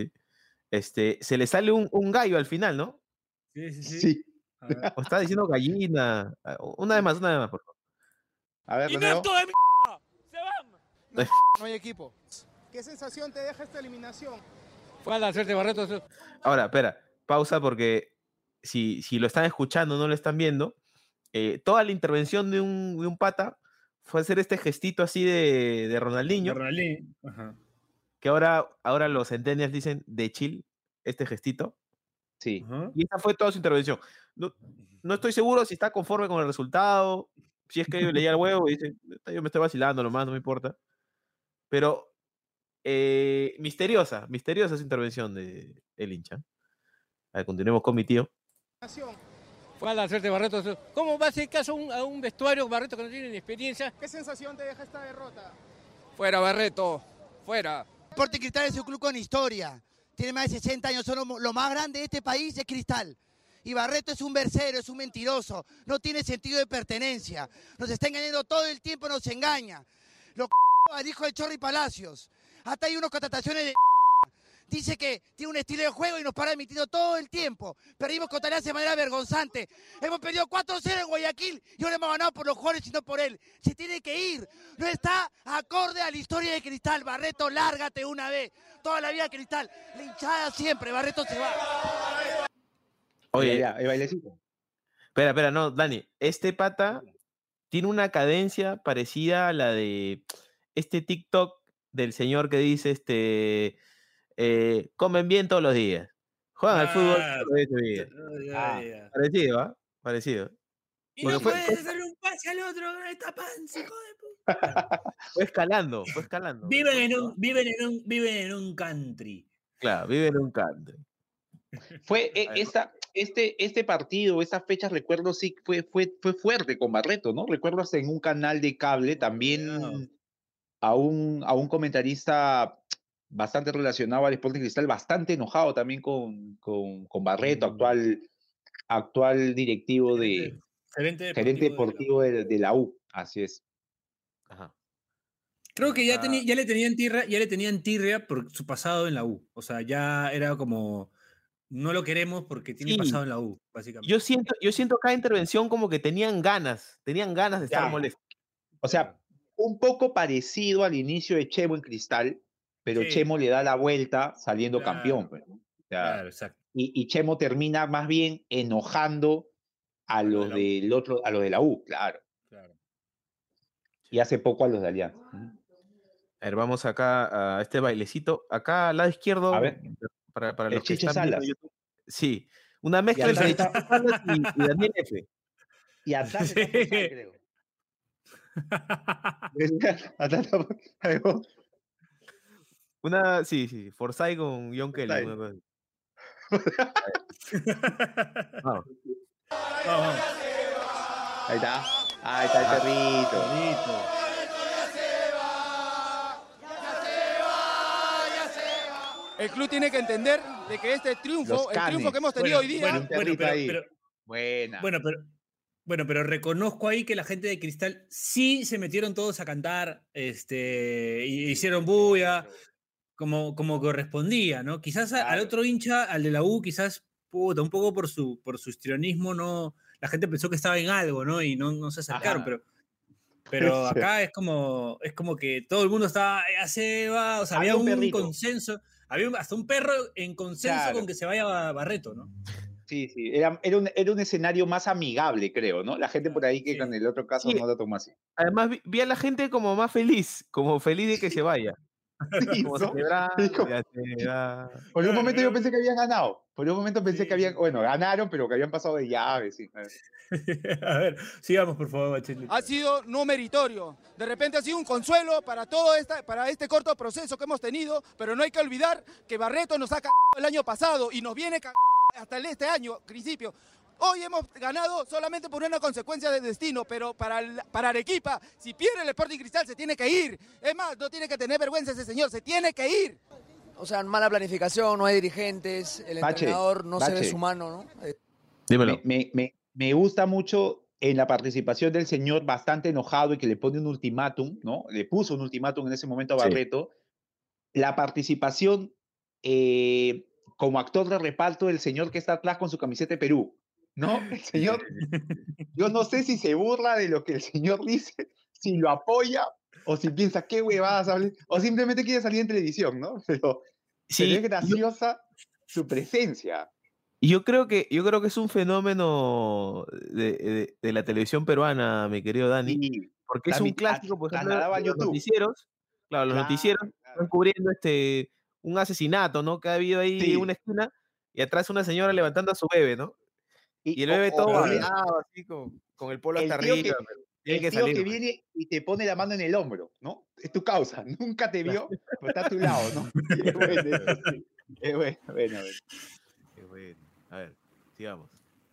Se le sale un gallo al final, ¿no? Sí. O está diciendo gallina. Una vez más, por favor. A ver, inepto de se van. No hay equipo. ¿Qué sensación te deja esta eliminación? Fue a la suerte, Barreto. Ahora, espera, pausa porque si lo están escuchando, no lo están viendo, toda la intervención de un pata fue hacer este gestito así de Ronaldinho. Ajá. Que ahora los centennials dicen de chill, este gestito. Sí. Y esa fue toda su intervención. No estoy seguro si está conforme con el resultado, si es que leía el huevo y dice, yo me estoy vacilando nomás, no me importa. Pero misteriosa su intervención del hincha. A ver, continuemos con mi tío. Fue a la suerte, Barreto. ¿Cómo va a hacer caso a un vestuario, Barreto, que no tiene ni experiencia? ¿Qué sensación te deja esta derrota? Fuera, Barreto, fuera. Sporting Cristal es un club con historia. Tiene más de 60 años. Lo más grande de este país es Cristal. Y Barreto es un versero, es un mentiroso. No tiene sentido de pertenencia. Nos está engañando todo el tiempo, nos engaña. Lo al hijo de Chorri Palacios. Hasta hay unas contrataciones de... Dice que tiene un estilo de juego y nos para mintiendo todo el tiempo. Perdimos contra Alianza de manera vergonzante. Hemos perdido 4-0 en Guayaquil y ahora hemos ganado por los jugadores y no por él. Se tiene que ir. No está acorde a la historia de Cristal. Barreto, lárgate una vez. Toda la vida Cristal. La hinchada siempre. Barreto se va. Oye, ya, el bailecito. Espera, no, Dani. Este pata tiene una cadencia parecida a la de este TikTok del señor que dice comen bien todos los días. Juegan al fútbol todos los días. Parecido, ¿ah? Parecido. Y no puedes hacerle un pase al otro con esta panza, hijo de puta. Fue escalando. Viven en un country. Claro, viven en un country. Fue este partido, estas fechas, recuerdo, sí, fue fuerte con Barreto, ¿no? Recuerdo hasta en un canal de cable también a un comentarista bastante relacionado al Sporting Cristal, bastante enojado también con Barreto, actual directivo gerente deportivo de la U, así es. Ajá. Creo que ya le tenían tirria por su pasado en la U. O sea, ya era como, no lo queremos porque tiene pasado en la U, básicamente. Yo siento cada intervención como que tenían ganas de estar molestos. O sea, un poco parecido al inicio de Chemo en Cristal, pero Chemo le da la vuelta saliendo campeón. Pues, ¿no? O sea, claro, exacto. Y Chemo termina más bien enojando a los de la U, claro. Y hace poco a los de Alianza. A ver, vamos acá a este bailecito. Acá al lado izquierdo, A ver. para El los que Chicho están viendo Salas. YouTube. Sí, una mezcla entre atrás Chicho Salas y Daniel F. Y atrás está Forsyth, creo. Atrás está Forsyth. Sí, Forsyth con John Kelly. Una cosa así. Vamos. Ahí está. Ahí está el perrito. El club tiene que entender de que este triunfo, el triunfo que hemos tenido hoy día... Pero reconozco ahí que la gente de Cristal sí se metieron todos a cantar, y hicieron bulla, como correspondía, ¿no? Quizás al otro hincha, al de la U, quizás, un poco por su histrionismo, no, la gente pensó que estaba en algo, ¿no? Y no se acercaron, pero acá es como que todo el mundo estaba, ya se va, o sea, había un consenso, había hasta un perro en consenso con que se vaya Barreto, ¿no? Sí, era un escenario más amigable, creo, ¿no? La gente por ahí que con el otro caso no lo tomó así. Además, vi a la gente como más feliz, como feliz de que se vaya. Como celebrando, ya se va. Por un momento yo pensé que habían ganado. Por un momento pensé que habían, ganaron, pero que habían pasado de llaves. Sí. A ver, sigamos, por favor, Bachelet. Ha sido no meritorio. De repente ha sido un consuelo para para este corto proceso que hemos tenido, pero no hay que olvidar que Barreto nos ha cagado el año pasado y nos viene cagando hasta este año, principio. Hoy hemos ganado solamente por una consecuencia de destino, pero para Arequipa, si pierde el Sporting Cristal, se tiene que ir. Es más, no tiene que tener vergüenza ese señor, se tiene que ir. O sea, mala planificación, no hay dirigentes, el entrenador no se ve su mano, ¿no? Dímelo. Me gusta mucho en la participación del señor bastante enojado y que le pone un ultimátum, ¿no? Le puso un ultimátum en ese momento a Barreto. La participación como actor de reparto del señor que está atrás con su camiseta de Perú, ¿no? El señor, yo no sé si se burla de lo que el señor dice, si lo apoya o si piensa qué huevadas habla, o simplemente quiere salir en televisión, ¿no? Pero es graciosa su presencia. Y yo creo que es un fenómeno de la televisión peruana, mi querido Dani, porque es un clásico, por ejemplo, los noticieros, los noticieros están cubriendo un asesinato, ¿no? Que ha habido ahí en una esquina y atrás una señora levantando a su bebé, ¿no? Y el bebé todo bailado, así con el polo hasta arriba. El tío que viene y te pone la mano en el hombro, ¿no? Es tu causa, nunca te vio, pero está a tu lado, ¿no? Es bueno, sí. Es bueno. Qué bueno. A ver, sigamos.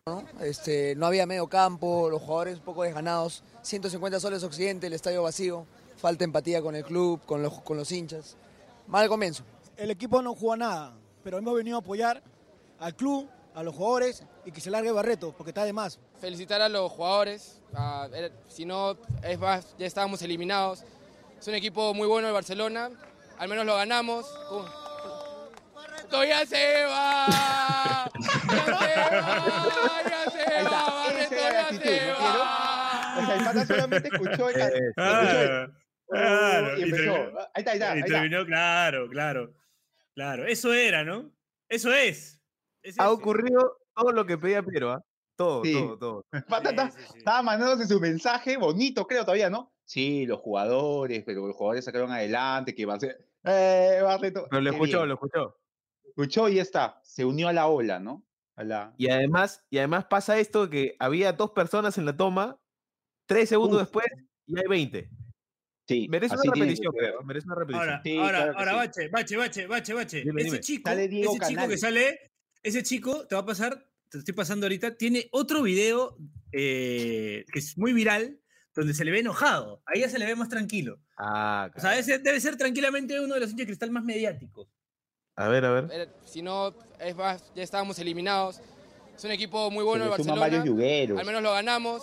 No había medio campo, los jugadores un poco desganados, 150 soles Occidente, el estadio vacío, falta empatía con el club, con los hinchas. Mal comienzo. El equipo no jugó nada, pero hemos venido a apoyar al club, a los jugadores y que se largue Barreto, porque está de más. Felicitar a los jugadores, si no, es más, ya estábamos eliminados. Es un equipo muy bueno el Barcelona, al menos lo ganamos. ¡Ya se va! ¡Ya se va! Esa era la actitud, ¿no vieron? O sea, el pata solamente escuchó y empezó. Ahí está. Y terminó, claro. Eso era, ¿no? Eso es. Ha ocurrido todo lo que pedía Piero, ¿ah? Todo. Estaba mandándose su mensaje bonito, creo, todavía, ¿no? Sí, los jugadores sacaron adelante, que va a ser... Barreto. Pero lo escuchó. Escuchó y ya está, se unió a la ola, ¿no? Y además pasa esto que había 2 personas en la toma, 3 segundos después y hay 20. Sí, merece una repetición, creo. Merece una repetición. Ahora, Bache. Dime. Ese chico que sale, ese chico, te estoy pasando ahorita, tiene otro video que es muy viral, donde se le ve enojado. Ahí ya se le ve más tranquilo. O sea, ese debe ser tranquilamente uno de los hinchas de Cristal más mediáticos. A ver. Si no, es más, ya estábamos eliminados. Es un equipo muy bueno el Barcelona. Al menos lo ganamos.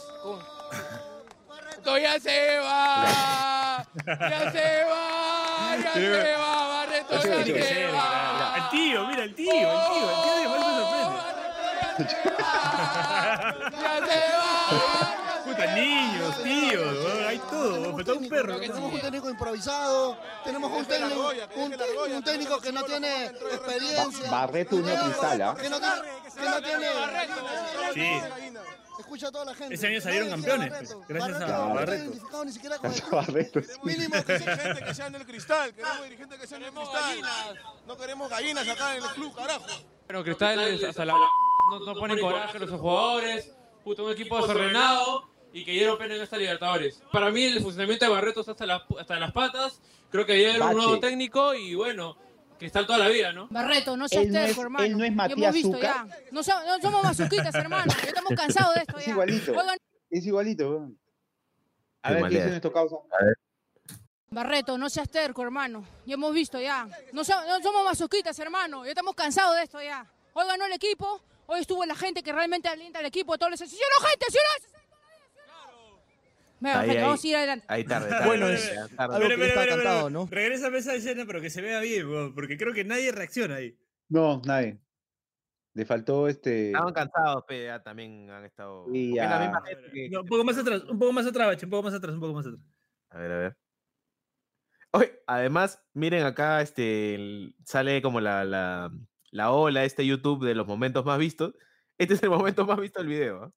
¡Ya se va! ¡Ya se va! ¡Barreto ya se va! El tío de mal me sorprende. ¡Ya se va! Puta, niños, tíos, hay todo, falta un perro. Tenemos un técnico improvisado, tenemos un técnico que no tiene experiencia. Barreto unió Cristal, ¿ah? Que no tiene... Escucha a toda la gente. Ese año salieron campeones, pues, gracias a Barreto. Ni siquiera con el Barreto. mínimo que sea gente que sea en el Cristal. Queremos dirigentes que sean en el Cristal. No queremos gallinas acá en el club, carajo. Bueno, Cristal hasta la no ponen coraje a los jugadores, un equipo desordenado y que dieron pena en esta Libertadores. Para mí el funcionamiento de Barreto está hasta las patas, creo que ayer era un nuevo técnico y bueno, Cristal toda la vida, ¿no? Barreto, no seas terco, hermano. Él no es Ya Matías hemos visto Zucca. ya. No somos masoquistas, hermano. Ya estamos cansados de esto Es ya. igualito. Oigan, Es igualito, weón. A ver, ¿qué dice nuestro causa? A ver. Barreto, no seas terco, hermano. Ya hemos visto ya. No somos masoquistas, hermano. Ya estamos cansados de esto ya. Hoy ganó el equipo. Hoy estuvo la gente que realmente alienta al equipo. Todos los... ¡Sí o no, gente! ¡Sí o no! Venga, gente, vamos a ir adelante. Ahí tarde. Bueno, es algo que está cantado, ¿no? Regresa a mesa de escena, pero que se vea bien, weón, porque creo que nadie reacciona ahí. No, nadie. Le faltó Estaban cansados, pero ya también han estado. Y Porque es la ya. misma gente que- No, un poco más atrás, Bache, un poco más atrás. A ver. Oye, además, miren acá, sale como la ola, YouTube de los momentos más vistos. Este es el momento más visto del video.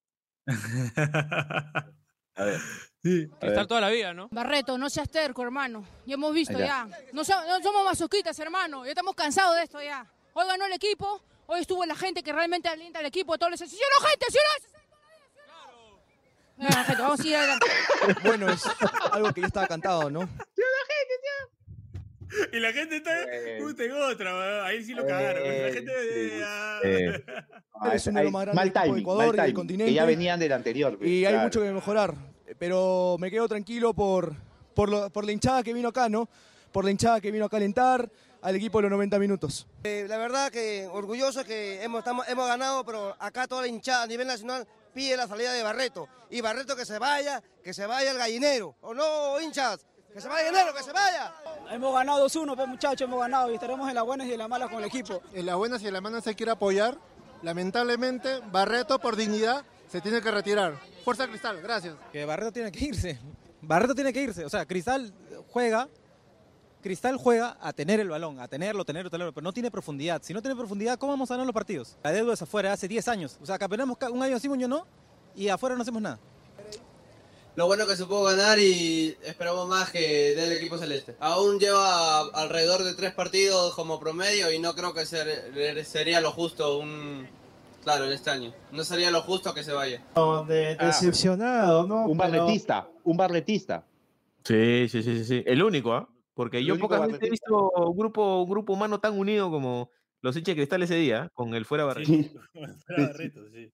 A ver. Cristal toda la vida, ¿no? Barreto, no seas terco, hermano. Ya hemos visto Ahí ya. No somos masoquistas, hermano. Ya estamos cansados de esto ya. Hoy ganó el equipo. Hoy estuvo la gente que realmente alienta al equipo. Todos los... ¡Sí o no, gente! ¡Sí o no! Venga, gente, vamos a ir adelante. Bueno, es algo que ya estaba cantado, ¿no? Y la gente está justo en otra, weón. Ahí sí lo cagaron. La gente... Es uno de los más grandes mal equipos de timing, Ecuador mal y del timing, continente. que ya venían del anterior. Y hay claro. mucho que mejorar. Pero me quedo tranquilo por la hinchada que vino acá, ¿no? Por la hinchada que vino a calentar al equipo de los 90 minutos. La verdad que orgulloso que hemos ganado, pero acá toda la hinchada a nivel nacional pide la salida de Barreto. Y Barreto que se vaya al gallinero. ¿O no, hinchas? Que se vaya el gallinero, que se vaya. Hemos ganado 2-1, pues muchachos, hemos ganado y estaremos en las buenas y en las malas con el equipo. En las buenas y en las malas se quiere apoyar. Lamentablemente, Barreto, por dignidad, se tiene que retirar. Fuerza Cristal, gracias. Que Barreto tiene que irse. Barreto tiene que irse. O sea, Cristal juega a tener el balón, a tenerlo, pero no tiene profundidad. Si no tiene profundidad, ¿cómo vamos a ganar los partidos? La deuda es afuera hace 10 años. O sea, campeonamos un año así, no, y afuera no hacemos nada. Lo bueno que se pudo ganar y esperamos más que del equipo celeste. Aún lleva alrededor de 3 partidos como promedio y no creo que sería lo justo claro, en este año. No sería lo justo que se vaya. Decepcionado, ¿no? Un barretista. Sí. El único, ¿ah? Porque El yo único pocas veces he barretista. visto un grupo humano tan unido como los hinchas de Cristal ese día, con el fuera Barreto. Sí.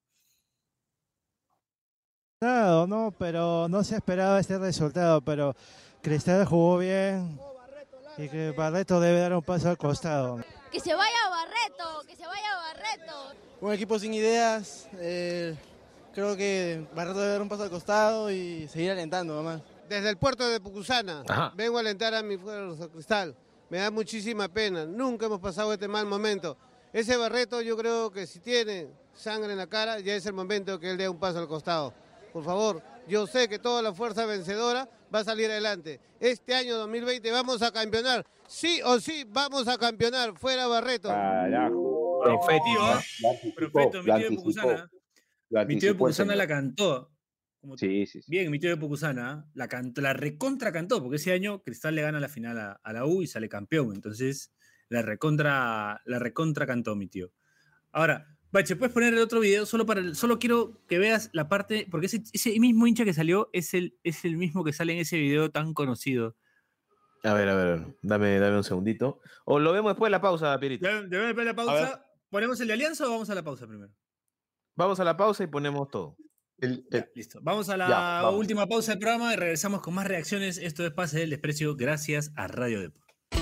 No, pero no se esperaba este resultado, pero Cristal jugó bien y que Barreto debe dar un paso al costado. Que se vaya Barreto, Un equipo sin ideas. Creo que Barreto debe dar un paso al costado y seguir alentando, nomás. Desde el puerto de Pucusana Ajá. vengo a alentar a mi fuerza Cristal. Me da muchísima pena. Nunca hemos pasado este mal momento. Ese Barreto yo creo que si tiene sangre en la cara, ya es el momento que él dé un paso al costado. Por favor, yo sé que toda la fuerza vencedora va a salir adelante. Este año 2020 vamos a campeonar. Sí o sí vamos a campeonar. Fuera Barreto. Carajo. Profeto, mi tío de Pucusana. Mi tío de Pucusana la cantó. Sí. Bien, mi tío de Pucusana la recontra cantó, porque ese año Cristal le gana la final a la U y sale campeón. Entonces, la recontra cantó mi tío. Ahora, Bache, ¿puedes poner el otro video? Solo quiero que veas la parte, porque ese mismo hincha que salió es el mismo que sale en ese video tan conocido. A ver, dame un segundito. O lo vemos después de la pausa, Pierito. Después de la pausa, ¿ponemos el de Alianza o vamos a la pausa primero? Vamos a la pausa y ponemos todo. Listo. Vamos a la última pausa del programa y regresamos con más reacciones. Esto es Pase del Desprecio, gracias a Radio Depor.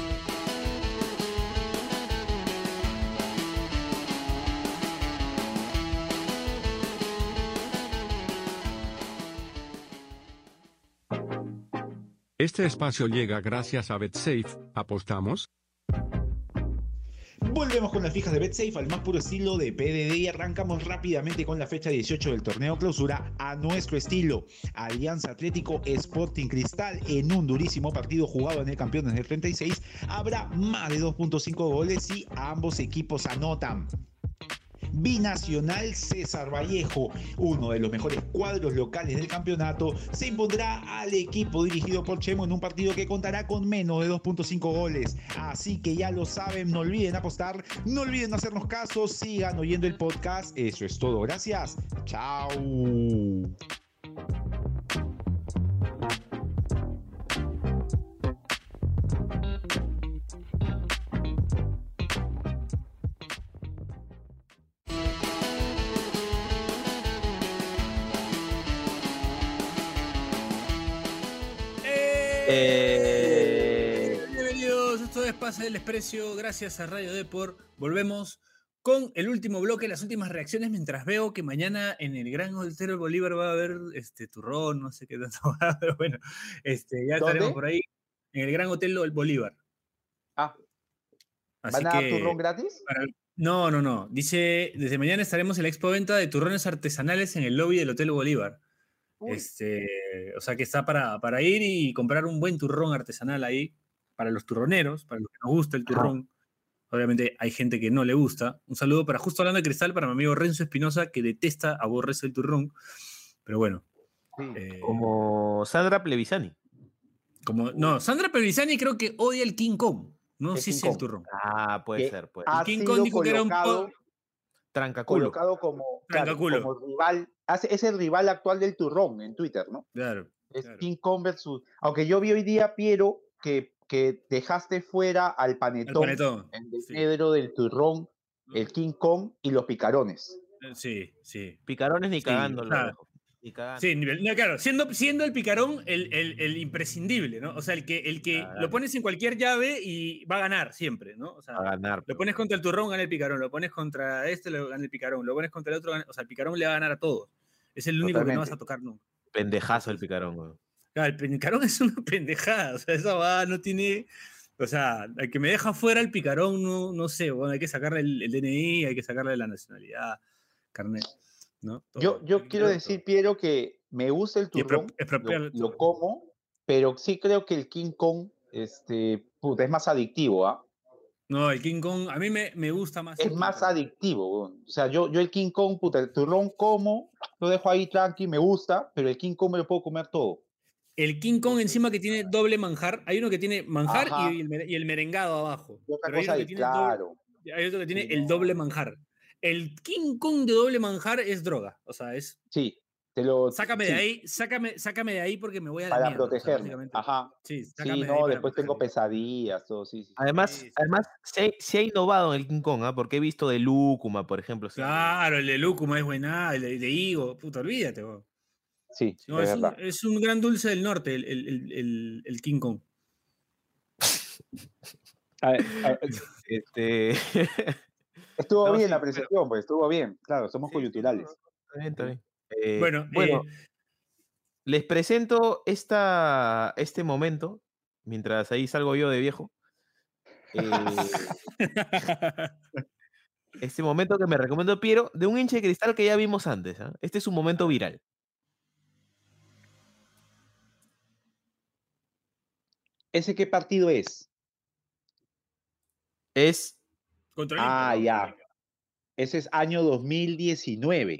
Este espacio llega gracias a BetSafe. ¿Apostamos? Volvemos con las fijas de BetSafe al más puro estilo de PDD y arrancamos rápidamente con la fecha 18 del torneo clausura a nuestro estilo. Alianza Atlético Sporting Cristal en un durísimo partido jugado en el Campeones del 36. Habrá más de 2.5 goles y ambos equipos anotan. Binacional César Vallejo, uno de los mejores cuadros locales del campeonato, se impondrá al equipo dirigido por Chemo en un partido que contará con menos de 2.5 goles. Así que ya lo saben, no olviden apostar, no olviden hacernos caso, sigan oyendo el podcast. Eso es todo, gracias. Chao. Bienvenidos, esto es Pase del Desprecio, gracias a Radio Depor. Volvemos con el último bloque, las últimas reacciones, mientras veo que mañana en el Gran Hotel del Bolívar va a haber turrón, no sé qué tanto va a haber, pero bueno, ya estaremos por ahí, en el Gran Hotel del Bolívar. Ah. Así ¿Van a dar turrón gratis? No. Dice, desde mañana estaremos en la expo venta de turrones artesanales en el lobby del Hotel Bolívar. O sea que está para ir y comprar un buen turrón artesanal ahí, para los turroneros, para los que nos gusta el turrón. Obviamente hay gente que no le gusta. Un saludo para, justo hablando de cristal, para mi amigo Renzo Espinosa, que detesta, aborrece el turrón. Pero bueno. Como Sandra Plevisani. No, Sandra Plevisani creo que odia el King Kong. No sé si el turrón. Ah, puede ser. El King Kong dijo que era un trancaculo. Colocado como rival. Es el rival actual del turrón en Twitter, ¿no? Claro. Es King Kong versus. Aunque yo vi hoy día, Piero, que dejaste fuera al panetón, el desmedro del turrón, el King Kong y los picarones. Sí. Picarones ni cagándolo. Sí, claro, siendo el picarón el imprescindible, ¿no? O sea, el que lo pones en cualquier llave y va a ganar siempre, ¿no? O sea, va a ganar. Lo pones contra el turrón, gana el picarón, lo pones contra lo gana el picarón, lo pones contra el otro, o sea, el picarón le va a ganar a todos. Es el único que no vas a tocar nunca. Pendejazo el picarón, güey. Claro, el picarón es una pendejada, o sea, esa va, no tiene. O sea, el que me deja fuera el picarón, no sé, bueno, hay que sacarle el DNI, hay que sacarle la nacionalidad, carnet. ¿No? Yo quiero decir, Piero, que me gusta el turrón, lo como, pero sí creo que el King Kong es más adictivo, ¿ah? No, el King Kong, a mí me gusta más. Es más adictivo, o sea, yo el King Kong, el turrón como, lo dejo ahí tranqui, me gusta, pero el King Kong me lo puedo comer todo. El King Kong encima que tiene doble manjar, hay uno que tiene manjar y el merengado abajo. Otra cosa ahí, claro. Hay otro que tiene el doble manjar. El King Kong de doble manjar es droga, o sea, es... Sí, Sácame de ahí, sácame de ahí porque me voy a la para mierda. Protegerme, O sea, Sí, sácame no, después tengo pesadillas, todo, sí. Además, se ha innovado en el King Kong, porque he visto de lúcuma, por ejemplo. Claro, el de lúcuma es buena, el de higo, puta, olvídate, vos. Sí, no, es un gran dulce del norte, el King Kong. Estuvo bien la apreciación, pues estuvo bien, claro, somos coyunturales. Está bien. Bueno, les presento este momento, mientras ahí salgo yo de viejo. Este momento que me recomendó Piero, de un hincha de cristal que ya vimos antes. Este es un momento viral. ¿Ese qué partido es? Es... ya. Ese es año 2019.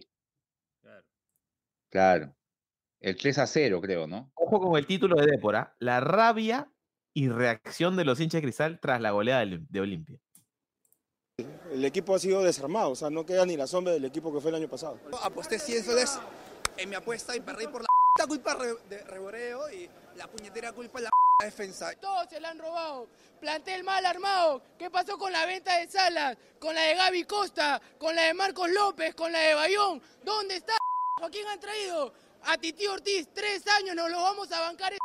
Claro. El 3-0, creo, ¿no? Ojo con el título de Dépora. La rabia y reacción de los hinchas de cristal tras la goleada de Olimpia. El equipo ha sido desarmado, o sea, no queda ni la sombra del equipo que fue el año pasado. Aposté 100 soles en mi apuesta y perdí por la culpa de reboreo y la puñetera culpa de la defensa. Todos se la han robado. Plantel mal armado. ¿Qué pasó con la venta de Salas? Con la de Gaby Costa, con la de Marcos López, con la de Bayón. ¿Dónde está? ¿A quién han traído? A Titi Ortiz. 3 años nos lo vamos a bancar.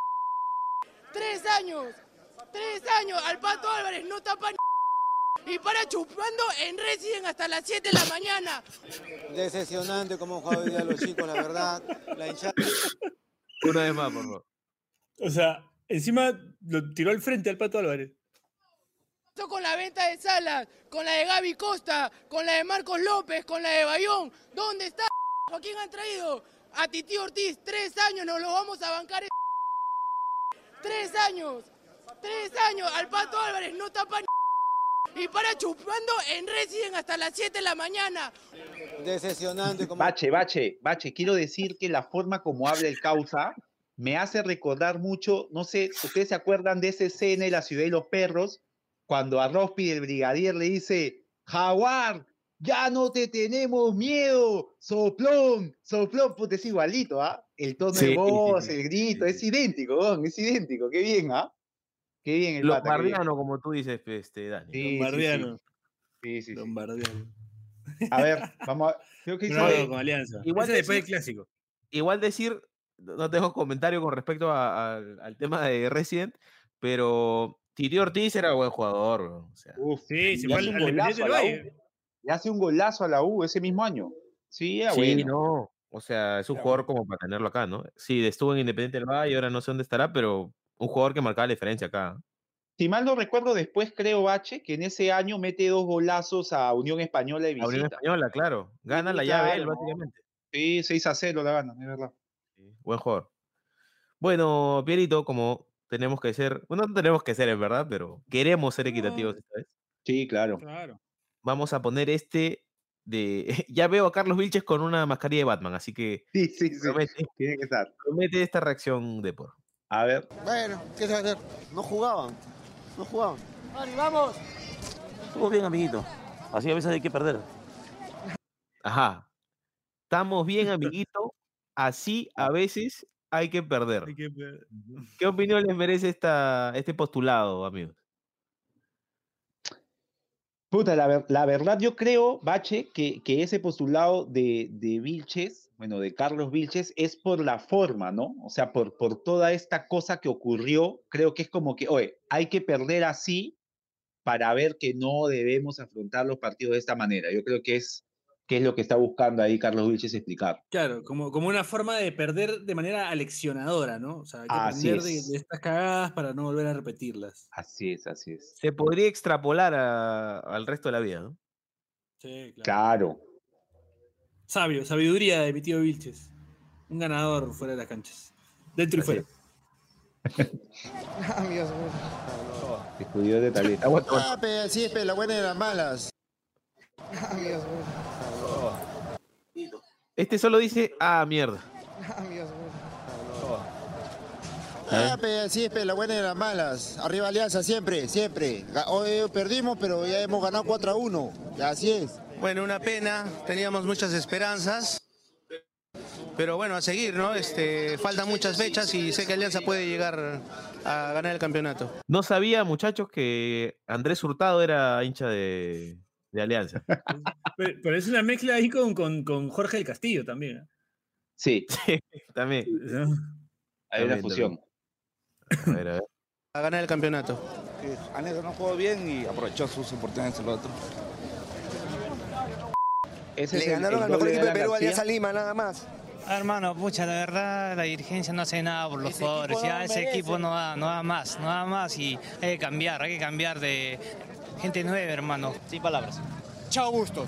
3 años. 3 años. Al Pato Álvarez no tapan. Y para chupando en Resident hasta las 7 de la mañana. Decepcionante cómo han jugado hoy día los chicos, la verdad. La hinchada. Una vez más, por favor. O sea, encima lo tiró al frente al Pato Álvarez. Con la venta de Salas, con la de Gaby Costa, con la de Marcos López, con la de Bayón. ¿Dónde está? ¿A quién han traído? A Titi Ortiz. 3 años nos lo vamos a bancar. 3 años. 3 años. Al Pato Álvarez no tapan. Y para chupando en Resident hasta las 7 de la mañana. Decepcionante. Bache, quiero decir que la forma como habla el causa me hace recordar mucho, no sé, ¿ustedes se acuerdan de esa escena de La ciudad de los perros? Cuando a Rospi el brigadier le dice, Jaguar, ya no te tenemos miedo, soplón, puta, es igualito, ¿ah? El tono de voz, el grito, es idéntico, qué bien, ¿ah? Qué bien el pata. Lombardiano, como tú dices, Dani. Sí, Lombardiano. Sí. Lombardiano. A ver, vamos a... Creo que No, hizo... con Alianza. Igual Ese después del clásico. Igual decir, no tengo comentario con respecto al tema de Resident, pero Titi Ortiz era buen jugador. O sea, Sí, le hace un golazo a la U. Le hace un golazo a la U ese mismo año. Sí, bueno. No. O sea, es un jugador como para tenerlo acá, ¿no? Sí, estuvo en Independiente del Valle, ahora no sé dónde estará, pero un jugador que marcaba la diferencia acá. Si mal no recuerdo, después creo, Bache, que en ese año mete 2 golazos a Unión Española de visita. A Unión Española, claro. Gana la llave él, básicamente. Sí, 6-0 la gana, es verdad. Sí, buen jugador. Bueno, Pierito, como tenemos que ser, bueno, no tenemos que ser, en verdad, pero queremos ser equitativos esta vez. Sí, claro. Vamos a poner este de... Ya veo a Carlos Vilches con una mascarilla de Batman, así que... Sí. Tiene que estar. Promete esta reacción de por. A ver. Bueno, ¿qué se va a hacer? No jugaban. Mari, vamos. Estuvo bien, amiguito. Así a veces hay que perder. Ajá. Estamos bien, amiguito. Así a veces hay que perder. ¿Qué opinión les merece este postulado, amigos? Puta, la verdad yo creo, Bache, que ese postulado de Vilches, bueno, de Carlos Vilches, es por la forma, ¿no? O sea, por toda esta cosa que ocurrió, creo que es como que, oye, hay que perder así para ver que no debemos afrontar los partidos de esta manera. Yo creo que es lo que está buscando ahí Carlos Vilches explicar. Claro, como una forma de perder de manera aleccionadora, ¿no? O sea, hay que aprender de estas cagadas para no volver a repetirlas. Así es. Se podría extrapolar al resto de la vida, ¿no? Sí, claro. Sabiduría de mi tío Vilches. Un ganador fuera de las canchas. Dentro y fuera. Amigos. Estudió de talento. Sí, la buena de las malas. Amigos. Este solo dice, mierda. Amigos. Sí, la buena de las malas. Arriba Alianza, siempre. Hoy perdimos, pero ya hemos ganado 4-1. Así es. Bueno, una pena. Teníamos muchas esperanzas. Pero bueno, a seguir, ¿no? Faltan muchas fechas y sé que Alianza puede llegar a ganar el campeonato. No sabía, muchachos, que Andrés Hurtado era hincha de Alianza. Pero es una mezcla ahí con Jorge del Castillo también, ¿eh? Sí, también. Hay una fusión. A ver. A ganar el campeonato. Alianza no jugó bien y aprovechó sus oportunidades el otro. Le ganaron al mejor equipo de Perú, Alianza Lima, nada más. Hermano, pucha, la verdad la dirigencia no hace nada por los jugadores, ya ese equipo no da más y hay que cambiar de gente nueva, hermano. Sin palabras. Chao Bustos.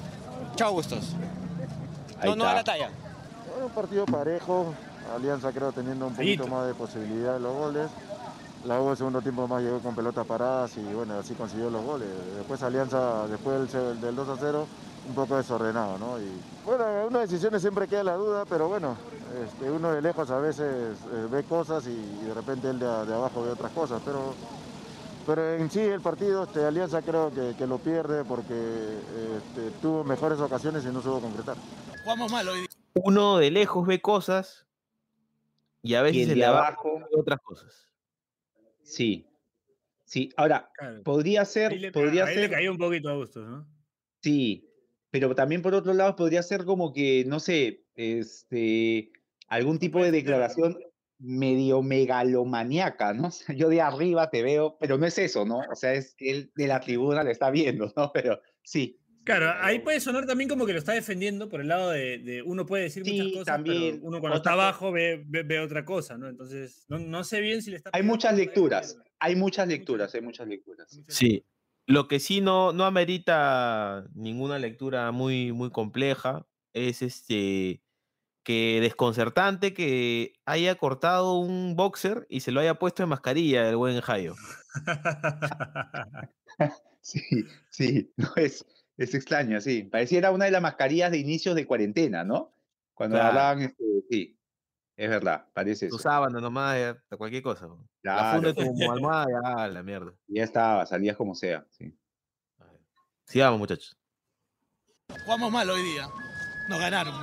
No da la talla. Bueno, un partido parejo, Alianza creo teniendo un poquito más de posibilidad de los goles. La U en el segundo tiempo más llegó con pelotas paradas y bueno, así consiguió los goles. Después Alianza, después del 2-0, un poco desordenado, ¿no? Y bueno, en una decisión siempre queda la duda, pero bueno, uno de lejos a veces ve cosas y de repente él de abajo ve otras cosas, pero en sí el partido Alianza creo que lo pierde porque tuvo mejores ocasiones y no supo concretar. Jugamos mal hoy. Uno de lejos ve cosas y a veces el de abajo ve otras cosas. Sí. Ahora, Claro. podría ser... Ahí le cayó un poquito a Bustos, ¿no? Sí, pero también por otro lado podría ser como que, no sé, algún tipo de declaración medio megalomaníaca, ¿no? O sea, yo de arriba te veo, pero no es eso, ¿no? O sea, es que él de la tribuna le está viendo, ¿no? Pero sí. Claro, ahí puede sonar también como que lo está defendiendo por el lado de uno puede decir muchas cosas, también. pero uno cuando está abajo ve otra cosa, ¿no? Entonces, no sé bien si le está... Hay muchas lecturas. Sí. Lo que sí no amerita ninguna lectura muy, muy compleja es que desconcertante que haya cortado un boxer y se lo haya puesto en mascarilla el buen Jairo. Sí, no, es extraño, sí. Pareciera una de las mascarillas de inicios de cuarentena, ¿no? Cuando Claro. hablaban, sí, es verdad, parece Tu eso. sábana nomás, cualquier cosa. La Claro. funda de tu almohada, ya, la mierda. Ya estaba, salías como sea, sí. Sigamos, muchachos. Jugamos mal hoy día, nos ganaron.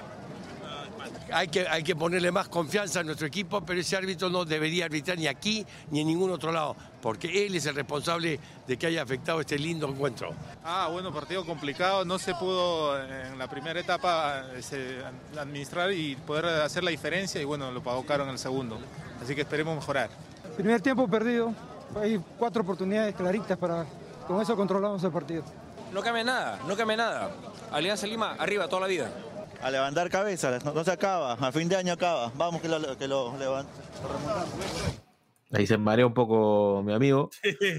Hay que ponerle más confianza a nuestro equipo, pero ese árbitro no debería arbitrar ni aquí ni en ningún otro lado, porque él es el responsable de que haya afectado este lindo encuentro. Bueno, partido complicado, no se pudo en la primera etapa administrar y poder hacer la diferencia y bueno, lo pagó caro en el segundo, así que esperemos mejorar. Primer tiempo perdido, hay 4 oportunidades claritas con eso controlamos el partido. No cambia nada. Alianza Lima, arriba toda la vida. A levantar cabeza, no se acaba, a fin de año acaba. Vamos que lo levantamos. Ahí se marea un poco mi amigo.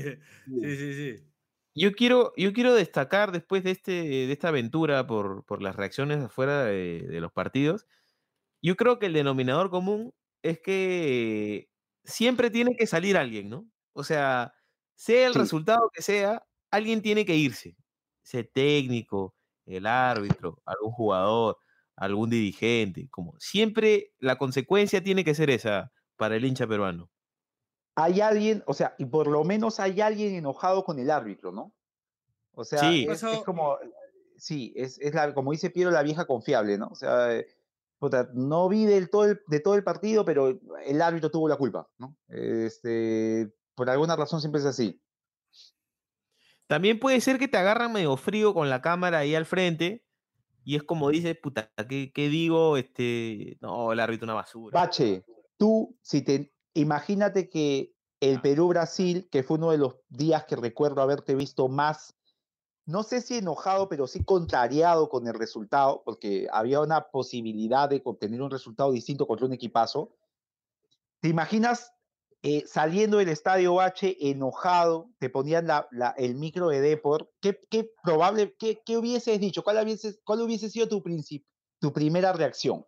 Sí. Yo quiero destacar después de esta aventura por las reacciones afuera de los partidos. Yo creo que el denominador común es que siempre tiene que salir alguien, ¿no? O sea, sea el resultado que sea, alguien tiene que irse. Sea técnico, el árbitro, algún jugador, algún dirigente. Como siempre, la consecuencia tiene que ser esa para el hincha peruano. Hay alguien, o sea, y por lo menos hay alguien enojado con el árbitro, ¿no? O sea, Sí. es como, sí, como dice Piero, la vieja confiable, ¿no? O sea, puta, no vi de todo el partido, pero el árbitro tuvo la culpa, ¿no? Por alguna razón siempre es así. También puede ser que te agarran medio frío con la cámara ahí al frente y es como dices, puta, ¿qué digo? No, el árbitro una basura. Bache, imagínate que el Perú-Brasil, que fue uno de los días que recuerdo haberte visto más, no sé si enojado, pero sí contrariado con el resultado, porque había una posibilidad de obtener un resultado distinto contra un equipazo. ¿Te imaginas saliendo del estadio H enojado, te ponían el micro de Depor? ¿Qué hubieses dicho? ¿Cuál hubiese sido tu primera reacción?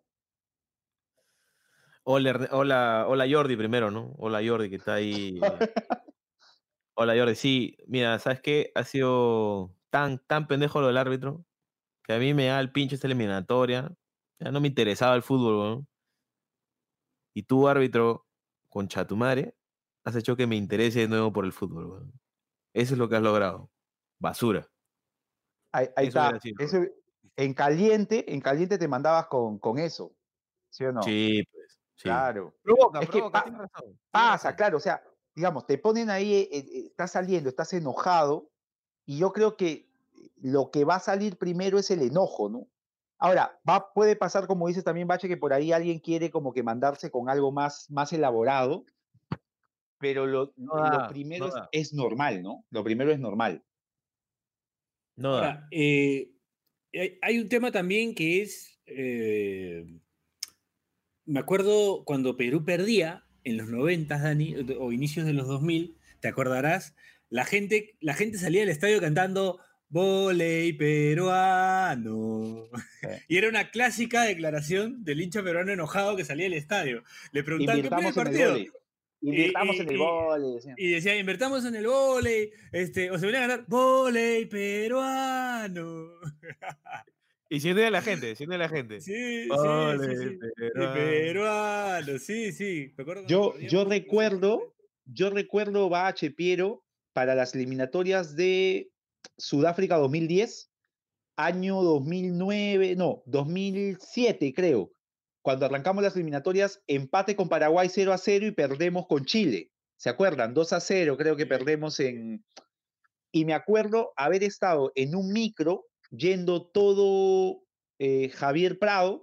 Hola Jordi primero, ¿no? Hola Jordi, que está ahí. Hola Jordi, sí, mira, ¿sabes qué? Ha sido tan pendejo lo del árbitro, que a mí me da el pinche esta eliminatoria. Ya no me interesaba el fútbol, ¿no? Y tú, árbitro, concha tu madre, has hecho que me interese de nuevo por el fútbol, ¿no? Eso es lo que has logrado. Basura. Ahí está. Eso, en caliente te mandabas con eso, ¿sí o no? Sí, pues. Sí. Claro. Provoca, tienes razón. Pasa, claro, o sea, digamos, te ponen ahí, estás saliendo, estás enojado, y yo creo que lo que va a salir primero es el enojo, ¿no? Ahora, puede pasar, como dices también, Bache, que por ahí alguien quiere como que mandarse con algo más elaborado, pero lo primero es normal, ¿no? Lo primero es normal. No. Ahora, hay un tema también que es, me acuerdo cuando Perú perdía en los 90, Dani, o inicios de los 2000, te acordarás, la gente salía del estadio cantando "Voley peruano". Y era una clásica declaración del hincha peruano enojado que salía del estadio. Le preguntaban ¿qué el partido? Invirtamos en el vóley. Y decía, invertamos en el vóley, o se venía a ganar "Voley peruano". Y siendo de la gente. Sí. Peruano, sí. Yo recuerdo, Bache, Piero, para las eliminatorias de Sudáfrica 2010, año 2007, creo. Cuando arrancamos las eliminatorias, empate con Paraguay 0-0 y perdemos con Chile. ¿Se acuerdan? 2-0, creo que perdemos Y me acuerdo haber estado en un micro yendo todo Javier Prado,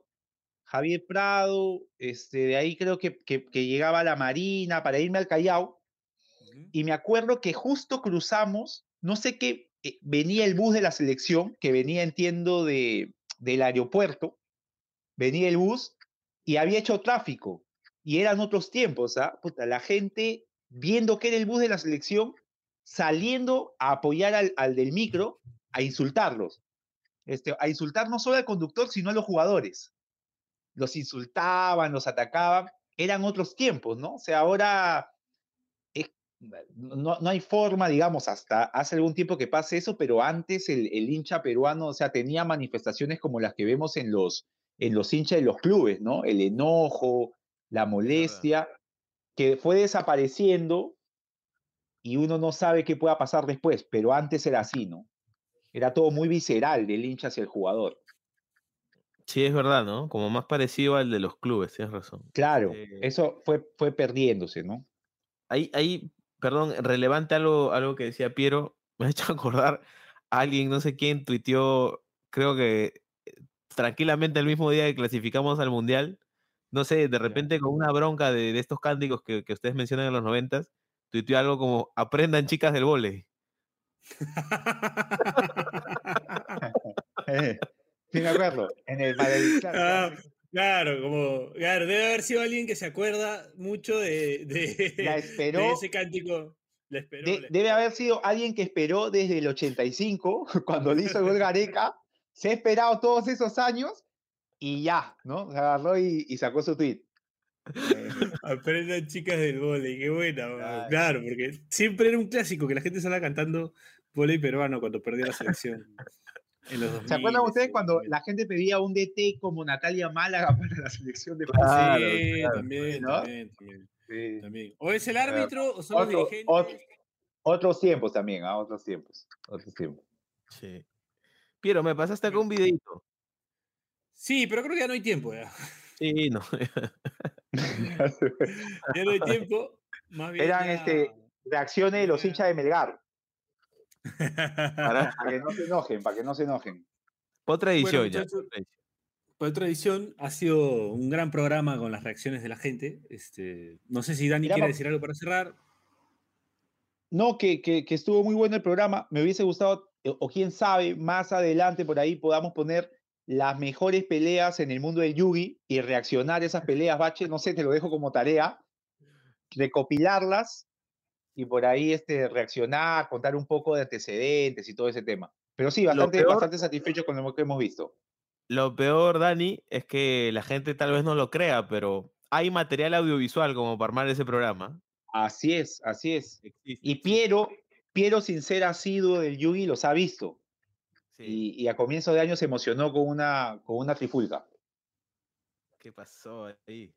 de ahí creo que llegaba a la Marina para irme al Callao, y me acuerdo que justo cruzamos, no sé qué, venía el bus de la selección, que venía, entiendo, del aeropuerto, venía el bus, y había hecho tráfico, y eran otros tiempos, ¿ah? Puta, la gente viendo que era el bus de la selección, saliendo a apoyar al del micro, a insultarlos. A insultar no solo al conductor, sino a los jugadores. Los insultaban, los atacaban. Eran otros tiempos, ¿no? O sea, ahora no hay forma, digamos, hasta hace algún tiempo que pase eso, pero antes el hincha peruano, o sea, tenía manifestaciones como las que vemos en los hinchas de los clubes, ¿no? El enojo, la molestia, que fue desapareciendo y uno no sabe qué pueda pasar después, pero antes era así, ¿no? Era todo muy visceral del hincha hacia el jugador. Sí, es verdad, ¿no? Como más parecido al de los clubes, tienes razón. Claro, eso fue perdiéndose, ¿no? Ahí, perdón, relevante algo que decía Piero, me ha hecho acordar a alguien, no sé quién, tuiteó, creo que tranquilamente el mismo día que clasificamos al Mundial, no sé, de repente con una bronca de estos cánticos que ustedes mencionan en los 90s, tuiteó algo como, aprendan chicas del vóley. Sí, me acuerdo. En el Claro, debe haber sido alguien que se acuerda mucho de ese cántico. Debe haber sido alguien que esperó desde el 85, cuando le hizo el gol Gareca, se ha esperado todos esos años y ya, ¿no? Se agarró y sacó su tweet. Aprendan chicas del vóley, qué buena. Claro, porque siempre era un clásico que la gente salía cantando vóley peruano cuando perdió la selección. En los 2000, ¿se acuerdan ustedes cuando la gente pedía un DT como Natalia Málaga para la selección de Francia? Sí, también, ¿no? También. ¿O es el árbitro o son los dirigentes? Otros tiempos también, otros tiempos. Sí. Piero, me pasaste acá un videito. Sí, pero creo que ya no hay tiempo. Ya. Sí, no. Ya no hay tiempo. Más bien eran reacciones de los hinchas de Melgar. Para que no se enojen. Otra edición, bueno, por otra edición, ha sido un gran programa con las reacciones de la gente. No sé si Dani quiere decir algo para cerrar. No, que estuvo muy bueno el programa. Me hubiese gustado, o quién sabe, más adelante por ahí podamos poner las mejores peleas en el mundo del Yugi y reaccionar a esas peleas, Bache. No sé, te lo dejo como tarea. Recopilarlas y por ahí reaccionar, contar un poco de antecedentes y todo ese tema. Pero sí, bastante satisfecho con lo que hemos visto. Lo peor, Dani, es que la gente tal vez no lo crea, pero hay material audiovisual como para armar ese programa. Así es. Existe. Y Piero, sin ser asiduo del Yugi, los ha visto. Sí. Y a comienzo de año se emocionó con una trifulca. ¿Qué pasó ahí?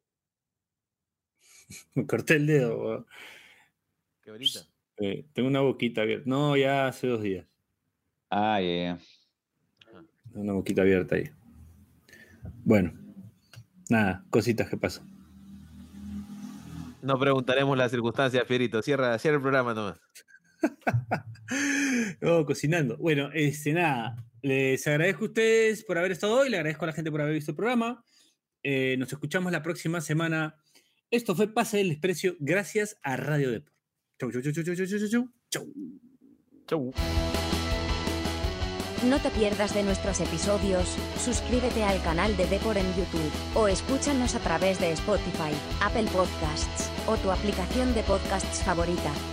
Me corté el dedo, bro. ¿Qué ahorita? Tengo una boquita abierta. No, ya hace 2 días. Ya. Tengo una boquita abierta ahí. Bueno, nada, cositas que pasan. No preguntaremos las circunstancias, Fierito. Cierra el programa nomás. No, cocinando. Bueno, nada. Les agradezco a ustedes por haber estado hoy. Le agradezco a la gente por haber visto el programa. Nos escuchamos la próxima semana. Esto fue Pase del Desprecio, gracias a Radio Depor. Chau. No te pierdas de nuestros episodios, suscríbete al canal de Depor en YouTube, o escúchanos a través de Spotify, Apple Podcasts, o tu aplicación de podcasts favorita.